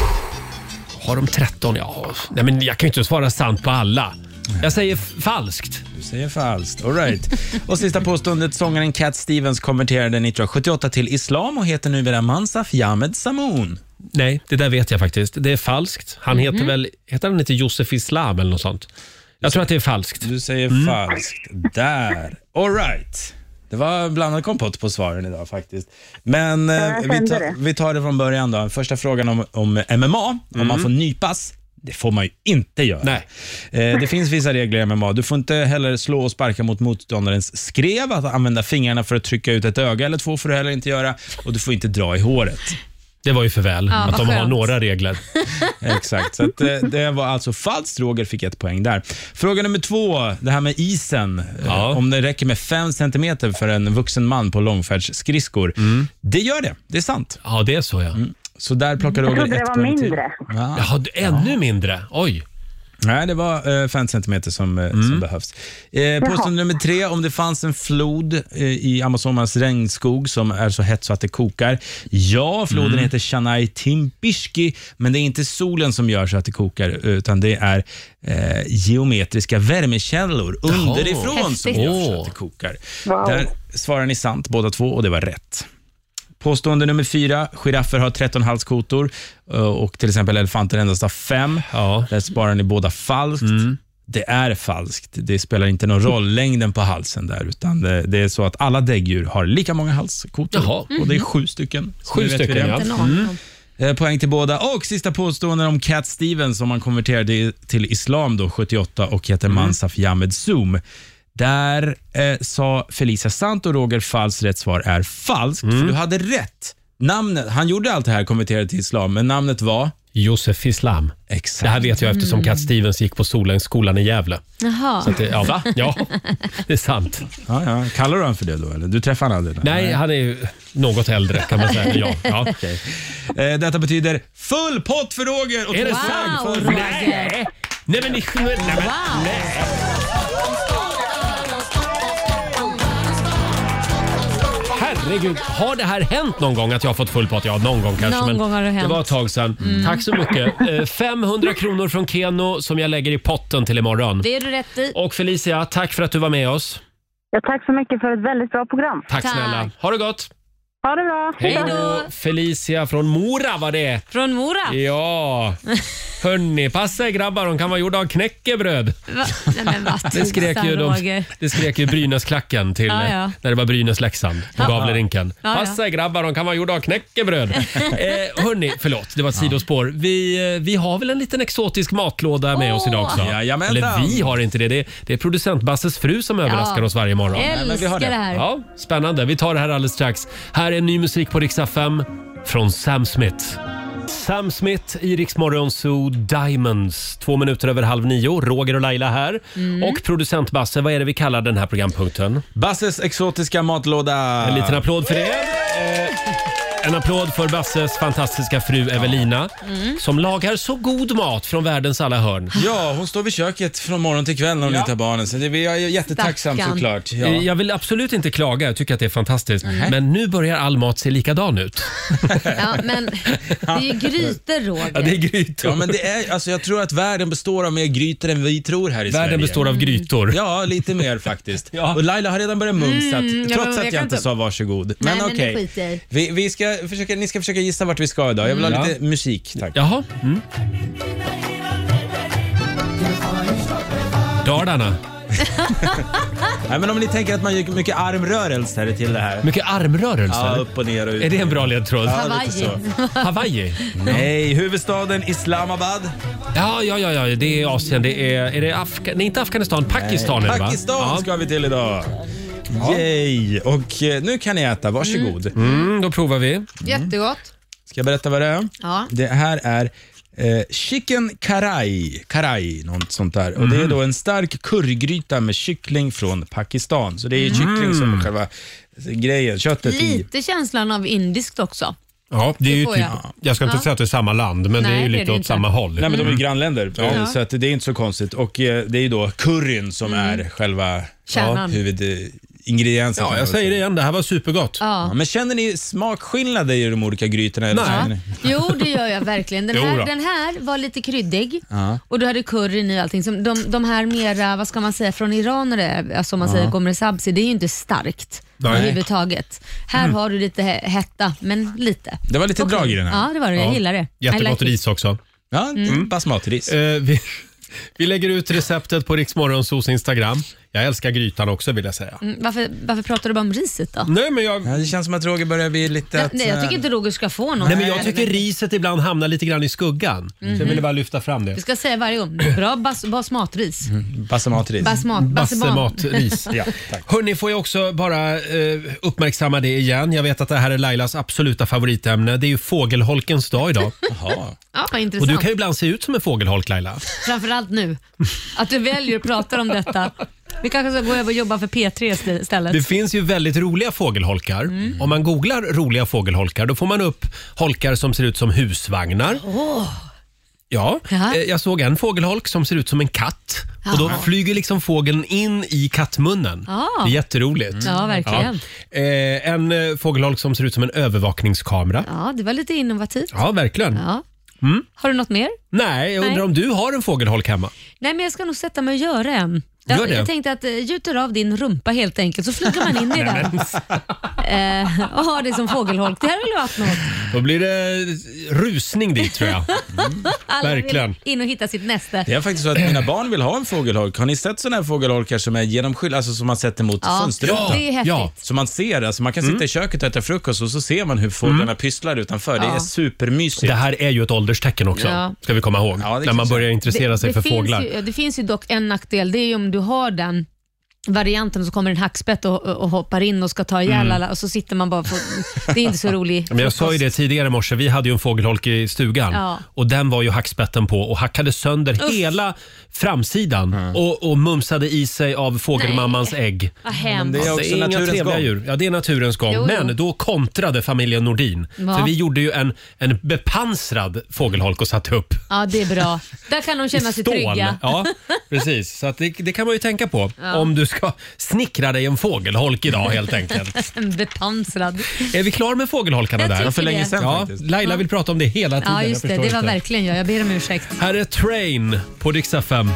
Har de tretton? Ja. Nej, men jag kan ju inte svara sant på alla. Jag säger falskt. Du säger falskt, all right. Och sista påståendet, sångaren Cat Stevens konverterade nittonhundrasjuttioåtta till islam och heter numera Mansaf Yamed Samoun. Nej, det där vet jag faktiskt. Det är falskt. Han Mm-hmm. heter väl, heter han inte Josef Islam eller något sånt? Jag tror att det är falskt. Du säger Mm. falskt. Där. All right. Det var blandad kompott på svaren idag faktiskt. Men eh, jag vi, kände tar, det. vi tar det från början då. Första frågan om, om M M A. Om man får nypas. Det får man ju inte göra. Nej. Eh, det finns vissa regler i M M A. Du får inte heller slå och sparka mot motståndarens skrev. Att använda fingrarna för att trycka ut ett öga eller två får du heller inte göra. Och du får inte dra i håret. Det var ju för väl Ja, att vad de har skönt. några regler. Exakt, så att, eh, det var alltså falskt. Roger fick ett poäng där. Fråga nummer två, det här med isen. Ja. Eh, om det räcker med fem centimeter för en vuxen man på långfärdsskridskor. Mm. Det gör det, det är sant. Ja, det är så ja. Mm. Så där plockar Jag Roger trodde det ett var poäng till. mindre. Ja. Jaha, ännu mindre. Oj. Nej, det var eh, fem centimeter som, eh, som behövs. Eh, påstående nummer tre, om det fanns en flod eh, i Amazonas regnskog som är så hett så att det kokar. Ja, floden Mm. heter Shanai Timpishki, men det är inte solen som gör så att det kokar, utan det är eh, geometriska värmekällor underifrån som häftigt. gör så Åh. att det kokar. Wow. Där svarar ni sant båda två och det var rätt. Påstående nummer fyra. Giraffer har tretton halskotor och till exempel elefanter endast har fem. Ja. Där sparar ni båda falskt. Mm. Det är falskt. Det spelar inte någon roll längden på halsen där, utan det, det är så att alla däggdjur har lika många halskotor. Jaha. Och det är sju stycken. Så Sju nu vet vi stycken, det. ja. Inte en aning om. Eh, Poäng till båda. Och sista påståenden om Cat Stevens som man konverterade till islam då sjuttioåtta och heter Mansaf Yamed Samoun. Där eh, sa Felicia sant och Roger falskt. Rätt svar är falskt, för du hade rätt. Namnet, han gjorde allt det här konverterade till islam, men namnet var Josef Islam. Exakt. Det här vet jag eftersom Cat Stevens gick på Solenskolan i Gävle. Jaha. Så att det, ja, va? Ja, det är sant. Ja, ja. Kallar du honom för det då? Eller? Du träffar honom aldrig? Nej, han är ju något äldre kan man säga. Ja, ja. Okay. Eh, detta betyder full pott för Roger. Och är det wow, sant? Roger. Nej. Nej, men ni... Nej, men, Wow. nej. Herregud, har det här hänt någon gång att jag har fått full pott? Ja, någon gång kanske. Någon men gång har det hänt. Det var ett tag sedan. Mm. Tack så mycket. Eh, femhundra kronor från Keno som jag lägger i potten till imorgon. Det är du rätt i. Och Felicia, tack för att du var med oss. Ja, tack så mycket för ett väldigt bra program. Tack, Tack. snälla. Ha det gott. Ha det bra. Hej då. Felicia från Mora var det. Från Mora? Ja. Hörni, passa er grabbar, de kan vara gjorda av knäckebröd. Va? Nej, men vad Det skrek ju, de, Roger. det skrek ju Brynäs-klacken till Ja, ja. när det var Brynäs-Leksand på Ja. Gavlerinken. Ja, ja. Passa er grabbar, de kan vara gjorda av knäckebröd. eh, hörni, förlåt, det var ett sidospår. Vi, vi har väl en liten exotisk matlåda med Åh. oss idag också? Jajamensan. Eller vi har inte det. Det är, det är producent Basses fru som överraskar oss varje morgon. Älskar vi har det. det här. Ja, spännande. Vi tar det här alldeles strax. Här är ny musik på Rix F M från Sam Smith. Sam Smith i Rix Morgon Zoo Diamonds. Två minuter över halv nio. Roger och Laila här. Mm. Och producent Basse, vad är det vi kallar den här programpunkten? Basses exotiska matlåda. En liten applåd för det. Eh, en applåd för Basses fantastiska fru Evelina Mm. som lagar så god mat från världens alla hörn. Ja, hon står vid köket från morgon till kväll när hon Ja. inte har barnen. Så det är jag jättetacksam Stackarn. såklart. Ja. Eh, Jag vill absolut inte klaga, jag tycker att det är fantastiskt. Men nu börjar all mat se likadan ut. Ja, men det är ju grytor, Roger. Ja, det är grytor. Ja, men det är, alltså, jag tror att världen består av mer grytor än vi tror här i Sverige. Världen består av grytor. Ja, lite mer faktiskt. Ja. Och Laila har redan börjat mumsa, Mm, ja, trots men att jag jag kan inte inte- sa varsågod. Men Nej, men det okej, skiter jag i. vi, vi ska försöka, ni ska försöka gissa vart vi ska idag. Jag vill ha Mm. lite musik, tack. Jaha. Mm. Dalarna. Nej, men om ni tänker att man gör mycket armrörelser till det här. Mycket armrörelser. Ja, upp och ner och ut. Är det en bra ledtråd? Ja, Hawaii. lite så. Hawaii? Nej, huvudstaden Islamabad. Ja, ja, ja, ja, det är Asien. Det är, är det Afga- nej, inte Afghanistan, Pakistan är det, va? Pakistan Ja. ska vi till idag. Yay! Och eh, nu kan ni äta, varsågod. Mm, då provar vi. Jättegott. Ska jag berätta vad det är? Ja. Det här är eh, chicken karai, karai, något sånt där. Och det är då en stark currygryta med kyckling från Pakistan. Så det är kyckling som är själva grejen, köttet i. Lite känslan av indiskt också. Ja, det är ju får typ, jag. jag ska inte Ja. säga att det är samma land, men Nej, det är ju det är lite det åt inte. samma håll. Nej, men de är ju grannländer, Ja. eh, så att det är inte så konstigt. Och eh, det är ju då curryn som är själva Kärnan. huvudingrediensen. Ja, jag säger det igen, det här var supergott. Ja. Ja, men känner ni smakskillnader i de olika grytorna? Eller Nej. känner ni? Jo, det gör jag verkligen. Den Jo här, då. den här var lite kryddig Ja. och du hade curryn i allting. Som de, de här mera, vad ska man säga, från iranare, alltså om man säger gomer sabzi, det är ju inte starkt Nej. överhuvudtaget. Här har du lite he- hetta, men lite. Det var lite Okej. drag i den här. Ja, det var det. Jag Ja. gillar det. I Jättegott like it. ris också. Ja, mm. basmatiris. Eh, vi, vi lägger ut receptet på Rix Morgonzoos Instagram. Jag älskar grytan också, vill jag säga. Mm, varför, varför pratar du bara om riset då? Nej, men jag... Ja, det känns som att Roger börjar bli lite... Nej, att, nej, jag tycker eh, inte Roger ska få något. Nej, men jag tycker riset ibland hamnar lite grann i skuggan. Så jag ville bara lyfta fram det. Vi ska säga varje gång. Bra bas, basmatris. Basmatiris. Basmat, Bassematris. Ja, tack. Hörni, får jag också bara eh, uppmärksamma det igen. Jag vet att det här är Lailas absoluta favoritämne. Det är ju fågelholkens dag idag. Jaha. Ja, vad Och intressant. du kan ju ibland se ut som en fågelholk, Laila. Framförallt nu. Att du väljer att prata om detta. Vi kanske ska gå över och jobba för P tre istället. Det finns ju väldigt roliga fågelholkar. Mm. Om man googlar roliga fågelholkar, då får man upp holkar som ser ut som husvagnar. Åh, Ja, Jaha. eh, jag såg en fågelholk som ser ut som en katt. Och då Jaha. flyger liksom fågeln in i kattmunnen. Ah. Det är jätteroligt. Ja, verkligen. Ja. Eh, en eh, fågelholk som ser ut som en övervakningskamera. Ja, det var lite innovativt. Ja, verkligen. Ja. Mm. Har du något mer? Nej, jag undrar Nej. om du har en fågelholk hemma? Nej, men jag ska nog sätta mig och göra en. Gör Jag, det. jag tänkte att eh, gjuter av din rumpa helt enkelt så flyger man in i den eh, och har det som fågelholk. Det här har väl varit något. Då blir det rusning dit, tror jag. Alla Verkligen. vill in och hitta sitt näste. Det är faktiskt så att mina barn vill ha en fågelholk. Har ni sett sådana här fågelholkar som är genomskyllda, alltså som man sätter mot Ja, fönsterrutan? det är häftigt. Ja. Så man ser, alltså man kan sitta i köket och äta frukost och så ser man hur fåglarna pysslar utanför. Det är Ja. supermysigt. Det här är ju ett ålderstecken också, Ja. ska vi komma ihåg. Ja, det när man kanske börjar intressera sig för finns fåglar. Ju, ja, det finns ju dock en nackdel. Det är ju om du har den varianten, så kommer en hackspett och, och hoppar in och ska ta ihjäl Mm. alla och så sitter man bara på... Det är inte så roligt. Men jag sa ju det tidigare i morse, vi hade ju en fågelholk i stugan Ja. och den var ju hackspetten på och hackade sönder Uff. hela framsidan och, och mumsade i sig av fågelmammans ägg. Vad hemskt. Det är, också inga naturens trevliga gång. djur. Ja, det är naturens gång. Jo, jo. Men då kontrade familjen Nordin. Ja. För vi gjorde ju en, en bepansrad fågelholk och satte upp. Ja, det är bra. Där kan de känna sig Stål. trygga. Ja, precis. Så att det, det kan man ju tänka på Ja. om du ska snickra dig en fågelholk idag helt enkelt. En bepansrad. Är vi klar med fågelholkarna Jag där? tycker För länge det. sedan ja, faktiskt. Laila vill prata om det hela tiden. Ja, jag just det. förstår Det var inte. verkligen jag. Jag ber om ursäkt. Här är Train på Rix F M.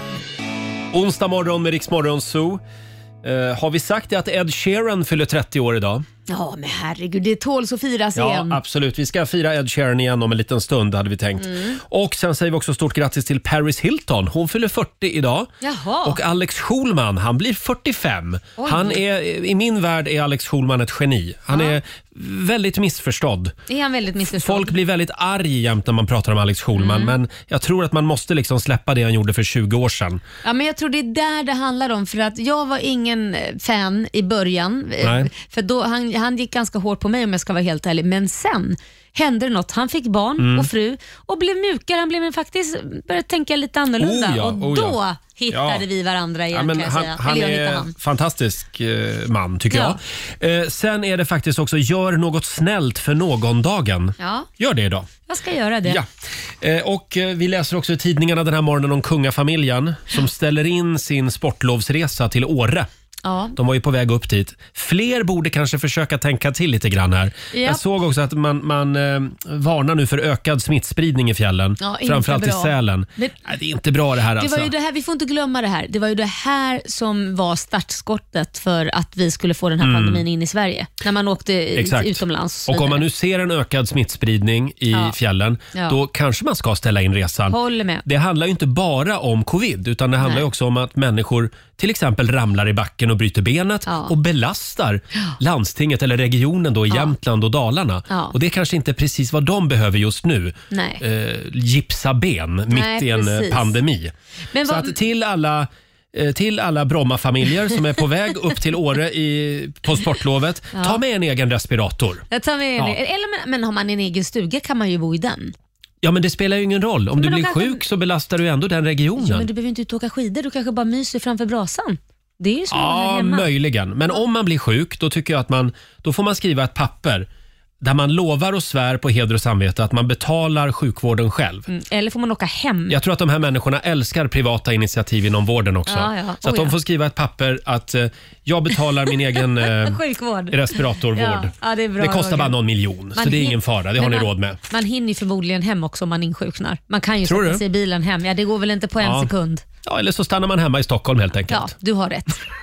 Onsdag morgon med Rix Morgon Zoo. Eh, har vi sagt det att Ed Sheeran fyller trettio år idag? Ja, men herregud, det tåls att firas Ja, igen. absolut. Vi ska fira Ed Sheeran igen om en liten stund, hade vi tänkt. Mm. Och sen säger vi också stort grattis till Paris Hilton. Hon fyller fyrtio idag. Jaha. Och Alex Schulman, han blir fyrtiofem. Oj. Han är, i min värld är Alex Schulman ett geni. Han Ja. är väldigt missförstådd. Är han väldigt missförstådd? Folk blir väldigt arg jämt när man pratar om Alex Schulman, Mm. men jag tror att man måste liksom släppa det han gjorde för tjugo år sedan. Ja, men jag tror det är där det handlar om, för att jag var ingen eh, fan i början. eh, Nej. För då, han, han gick ganska hårt på mig om jag ska vara helt ärlig, men sen hände det något. Han fick barn Mm. och fru och blev mjukare. Han blev faktiskt började tänka lite annorlunda Oh ja, och oh ja. då hittade Ja. vi varandra igen, Ja, men kan jag han, säga. han Eller jag är hittade en han. fantastisk eh, man tycker Ja. jag. Eh, sen är det faktiskt också gör något snällt för någon-dagen. Ja, Gör det idag. jag ska göra det. Ja. Eh, och eh, vi läser också i tidningarna den här morgonen om kungafamiljen som ställer in sin sportlovsresa till Åre. Ja. De var ju på väg upp dit. Fler borde kanske försöka tänka till lite grann här. Ja. Jag såg också att man, man eh, varnar nu för ökad smittspridning i fjällen. Ja, inte framförallt i bra. Sälen. Men- Nej, det är inte bra det här Det alltså. var ju det här, vi får inte glömma det här. Det var ju det här som var startskottet för att vi skulle få den här Mm. pandemin in i Sverige. När man åkte Exakt. utomlands. Och om vidare. man nu ser en ökad smittspridning i Ja. fjällen, Ja. då kanske man ska ställa in resan. Håller med. Det handlar ju inte bara om covid, utan det handlar Nej. ju också om att människor till exempel ramlar i backen och bryter benet Ja. och belastar landstinget eller regionen då i Jämtland och Dalarna. Ja. Och det kanske inte är precis vad de behöver just nu. Nej. Eh, gipsa ben mitt Nej, i en eh, precis. pandemi. Men Så vad- att till alla eh, till alla Bromma-familjer som är på väg upp till Åre i, på sportlovet, Ja. ta med en egen respirator. Jag tar med Ja. Eller, men, men har man en egen stuga kan man ju bo i den. Ja, men det spelar ju ingen roll. Om Men du då blir kanske- sjuk så belastar du ändå den regionen. Ja, men du behöver inte ut och åka skidor, du kanske bara myser framför brasan. Det är ju som att vara Ja, hemma. möjligen. Men om man blir sjuk, då tycker jag att man, då får man skriva ett papper där man lovar och svär på heder och samvete att man betalar sjukvården själv. Mm, eller får man åka hem? Jag tror att de här människorna älskar privata initiativ inom vården också. Ja, ja. Så att Oh, de ja. får skriva ett papper att eh, jag betalar min egen eh, Sjukvård. respiratorvård. Ja, ja, det är bra, det kostar Roger. bara någon miljon, Man så det är hin- ingen fara. Det har Men ni man, råd med. Man hinner ju förmodligen hem också om man insjuknar. Man kan ju Tror sätta du? sig i bilen hem. Ja, det går väl inte på en Ja. sekund. Ja, eller så stannar man hemma i Stockholm helt enkelt. Ja, du har rätt.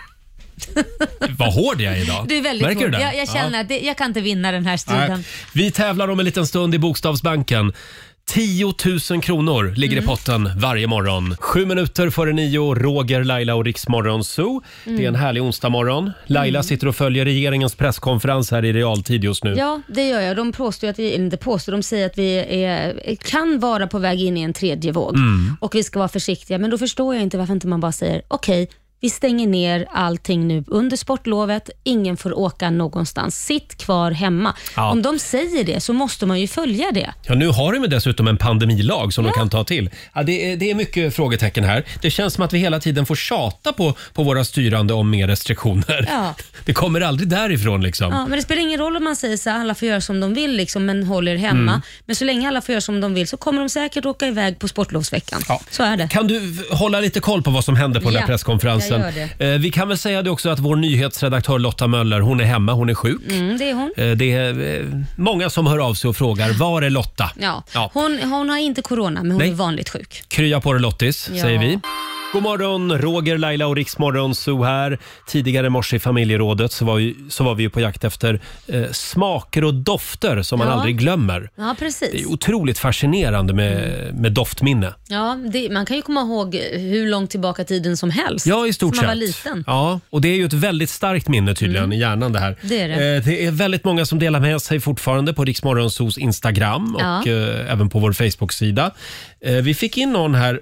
Vad hård jag är idag. Du är väldigt Märker hård. du det? Jag, jag känner Ja. att det, jag kan inte vinna den här striden. Nej. Vi tävlar om en liten stund i Bokstavsbanken. tio tusen kronor ligger Mm. i potten varje morgon. Sju minuter före nio, Roger, Laila och Riksmorgon Zoo. Mm. Det är en härlig onsdagmorgon. Laila sitter och följer regeringens presskonferens här i realtid just nu. Ja, det gör jag. De påstår att vi, eller inte påstår, de säger att vi är, kan vara på väg in i en tredje våg Mm. och vi ska vara försiktiga. Men då förstår jag inte varför inte man bara säger okej, vi stänger ner allting nu under sportlovet. Ingen får åka någonstans. Sitt kvar hemma. Ja. Om de säger det så måste man ju följa det. Ja, nu har de ju dessutom en pandemilag som de kan ta till. Ja, det, är, det är mycket frågetecken här. Det känns som att vi hela tiden får tjata på, på våra styrande om mer restriktioner. Ja. Det kommer aldrig därifrån liksom. Ja, men det spelar ingen roll om man säger så här, alla får göra som de vill liksom, men håller hemma. Mm. Men så länge alla får göra som de vill så kommer de säkert åka iväg på sportlovsveckan. Ja. Så är det. Kan du hålla lite koll på vad som händer på den Ja, här presskonferensen? jag gör det. Eh, Vi kan väl säga det också att vår nyhetsredaktör Lotta Möller, hon är hemma, hon är sjuk. Mm, det är hon. Eh, Det är eh, många som hör av sig och frågar, var är Lotta? Ja. Ja. Hon, hon har inte corona, men hon Nej. är vanligt sjuk. Krya på dig Lottis, Ja. säger vi. God morgon, Roger, Laila och Riksmorgon Zoo här. Tidigare i morse i familjerådet så var vi, så var vi ju på jakt efter eh, smaker och dofter som man Ja. aldrig glömmer. Ja, precis. Det är otroligt fascinerande med, med doftminne. Ja, det, man kan ju komma ihåg hur långt tillbaka i tiden som helst. Ja, i stort som sett. man var liten. Ja, och det är ju ett väldigt starkt minne tydligen Mm. i hjärnan det här. Det är det. Eh, det är väldigt många som delar med sig fortfarande på Riksmorgonsos Instagram och Ja. eh, även på vår Facebook-sida. Eh, vi fick in någon här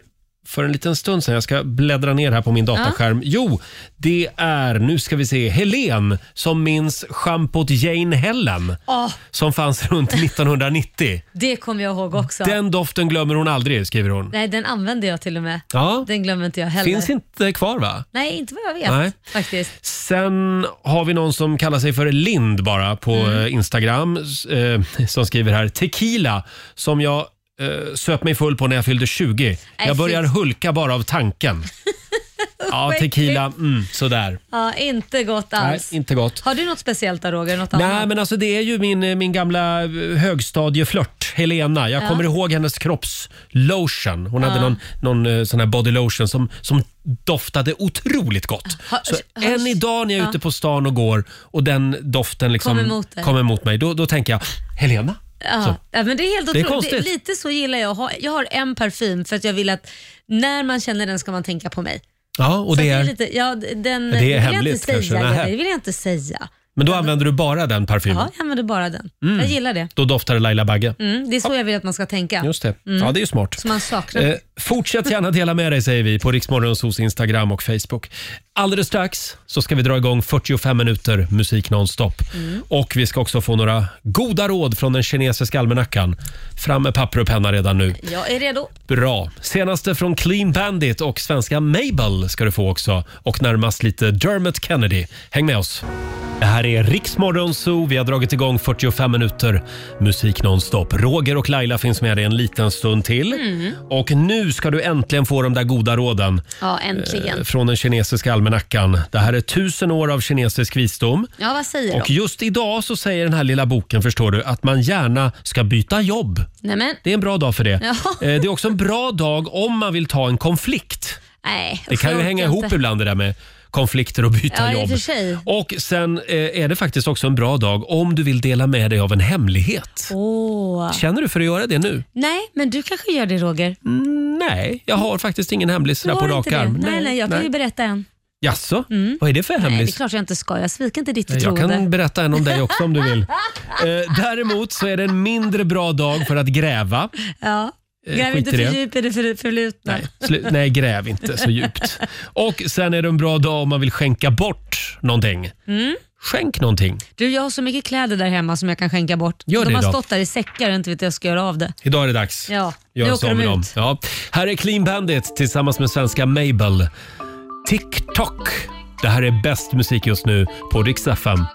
för en liten stund sedan. Jag ska bläddra ner här på min dataskärm. Ja. Jo, det är, nu ska vi se, Helen som minns schampot Jane Helen oh. som fanns runt nittonhundranittio. Det kommer jag ihåg också. Den doften glömmer hon aldrig, skriver hon. Nej, den använder jag till och med. Ja. Den glömmer inte jag heller. Finns inte kvar, va? Nej, inte vad jag vet. Nej. Faktiskt. Sen har vi någon som kallar sig för Lind bara på mm. Instagram eh, som skriver här, tequila som jag Uh, söp mig full på när jag fyllde tjugo. Nej, jag börjar fint. hulka bara av tanken. Ja, tequila, mm, sådär. Ja, inte gott alls. Nej, inte gott. Har du något speciellt då, Roger? Något Nej, annat? men alltså det är ju min, min gamla högstadieflört, Helena. Jag ja. kommer ihåg hennes kroppslotion. Hon ja. hade någon, någon sån här body lotion som, som doftade otroligt gott. Ha, Så ha, än idag när jag är ja. ute på stan och går och den doften liksom kommer emot, kommer emot mig, då, då tänker jag, Helena? Ja, ja, men det är helt det är otroligt. Det, lite så gillar jag. Har, jag har en parfym för att jag vill att när man känner den ska man tänka på mig. Ja, och det, det är, är lite, ja, den, det är hemligt jag inte säga, kanske. Det vill jag inte säga. Men då ja, använder du bara den parfymen? Ja, jag använder bara den. Mm. Jag gillar det. Då doftar det Laila Bagge. Mm, det är så ja. jag vill att man ska tänka. Just det. Mm. Ja, det är ju smart. Så man saknar. Eh, fortsätt gärna dela med dig, säger vi på Riksmorgonsos Instagram och Facebook. Alldeles strax så ska vi dra igång fyrtiofem minuter musik nonstop. Mm. Och vi ska också få några goda råd från den kinesiska almanackan. Fram med papper och penna redan nu. Jag är redo. Bra. Senaste från Clean Bandit och svenska Mabel ska du få också. Och närmast lite Dermot Kennedy. Häng med oss. Det här är Riksmorgon Zoo. Vi har dragit igång fyrtiofem minuter musik nonstop. Roger och Laila finns med dig en liten stund till. Mm. Och nu ska du äntligen få de där goda råden. Ja, äntligen. Eh, från den kinesiska almanackan. Det här är tusen år av kinesisk visdom. Ja, vad säger de? Och just idag så säger den här lilla boken, förstår du, att man gärna ska byta jobb. Nämen. Det är en bra dag för det. Ja. Eh, det är också en bra dag om man vill ta en konflikt. Nej, det kan ju hänga ihop inte. ibland det där med konflikter och byta ja, jobb. I och, för sig. och sen eh, är det faktiskt också en bra dag om du vill dela med dig av en hemlighet. Oh. Känner du för att göra det nu? Nej, men du kanske gör det, Roger. Mm, nej, jag har faktiskt ingen hemlis där på rak arm. Nej, nej, jag kan nej. ju berätta en. Jaså? Mm. Vad är det för hemlis? Nej, det är klart jag inte ska. Jag sviker inte ditt förtroende. Jag kan berätta en om dig också om du vill. eh, däremot så är det en mindre bra dag för att gräva. Ja. Gräv inte för djupt i det för, förlutna. Nej, slu- nej, gräv inte så djupt. Och sen är det en bra dag om man vill skänka bort någonting. Mm. Skänk någonting. Du, jag har så mycket kläder där hemma som jag kan skänka bort. Gör de har idag. stått där i säckar och inte vet jag ska göra av det. Idag är det dags. Ja, Gör nu åker de dem. ut. Ja. Här är Clean Bandit tillsammans med svenska Mabel. TikTok. Det här är bäst musik just nu på Rix F M.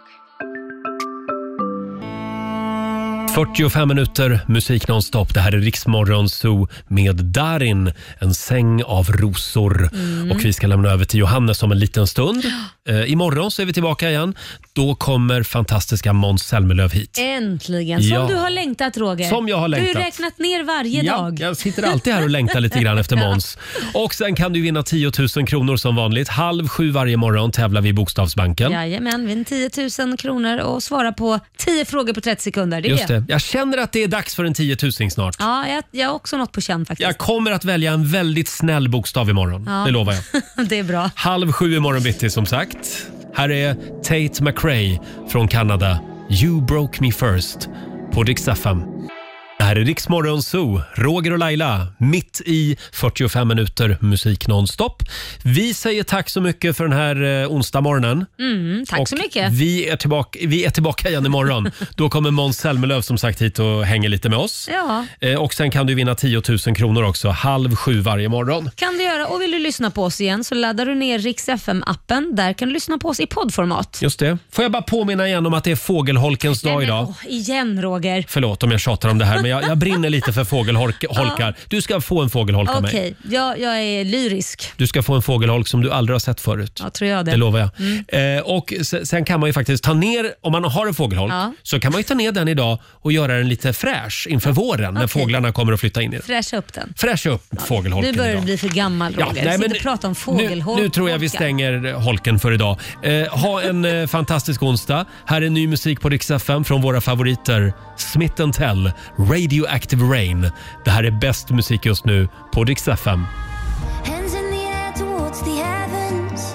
fyrtiofem minuter musik nonstop. Det här är Riksmorgon Zoo med Darin, en säng av rosor. Mm. Och vi ska lämna över till Johannes om en liten stund. Eh, imorgon så är vi tillbaka igen. Då kommer fantastiska Måns Zelmerlöw hit. Äntligen. Som ja. du har längtat, Roger. Som jag har längtat. Du har räknat ner varje ja, dag. Jag sitter alltid här och längtar lite grann efter Måns. Och sen kan du vinna tio tusen kronor som vanligt. Halv sju varje morgon tävlar vi i Bokstavsbanken. Jajamän, vinn tio tusen kronor och svara på tio frågor på trettio sekunder. Det är Just det. Jag känner att det är dags för en tiotusing snart. Ja, jag, jag har också något på känn faktiskt. Jag kommer att välja en väldigt snäll bokstav imorgon. Ja. Det lovar jag. Det är bra. Halv sju imorgon bitti som sagt. Här är Tate McRae från Kanada. You broke me first på Rix F M. Det här är Riksmorgon Zoo, Roger och Laila, mitt i fyrtiofem minuter musik nonstop. Vi säger tack så mycket för den här eh, onsdag morgonen. Mm, tack och så mycket. Vi är, tillbaka, vi är tillbaka igen imorgon. Då kommer Måns Zelmerlöw som sagt hit och hänger lite med oss. Ja. Eh, och sen kan du vinna tio tusen kronor också, halv sju varje morgon. Kan du göra, och vill du lyssna på oss igen så laddar du ner Rix F M-appen. Där kan du lyssna på oss i poddformat. Just det. Får jag bara påminna igen om att det är fågelholkens dag Nej, men, idag. Åh, igen Roger. Förlåt om jag tjatar om det här, men jag, jag brinner lite för fågelholkar. Du ska få en fågelholk av mig. Okej, jag, jag är lyrisk. Du ska få en fågelholk som du aldrig har sett förut. Ja, tror jag det. Det lovar jag. Mm. Eh, och sen, sen kan man ju faktiskt ta ner, om man har en fågelholk, Ja. så kan man ju ta ner den idag och göra den lite fräsch inför våren när Okej. fåglarna kommer att flytta in i den. Fräscha upp den. Fräscha upp fågelholken Nu börjar idag. du bli för gammal Roger. Ja, nej, Ja, men inte prata om Nu, fågelholk. nu tror jag vi stänger holken för idag. Eh, ha en eh, fantastisk onsdag. Här är ny musik på Rix F M från våra favoriter Smith and Tell, Radioactive Rain. Det här är bäst musik just nu på Rix F M. Hands in the air towards the heavens,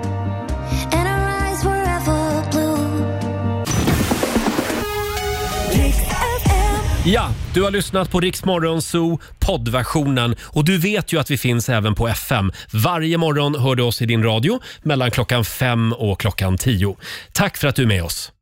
and our eyes were ever blue. Rix F M. Ja, du har lyssnat på Rix Morgon Zoo poddversionen och du vet ju att vi finns även på F M. Varje morgon hör du oss i din radio mellan klockan fem och klockan tio. Tack för att du är med oss.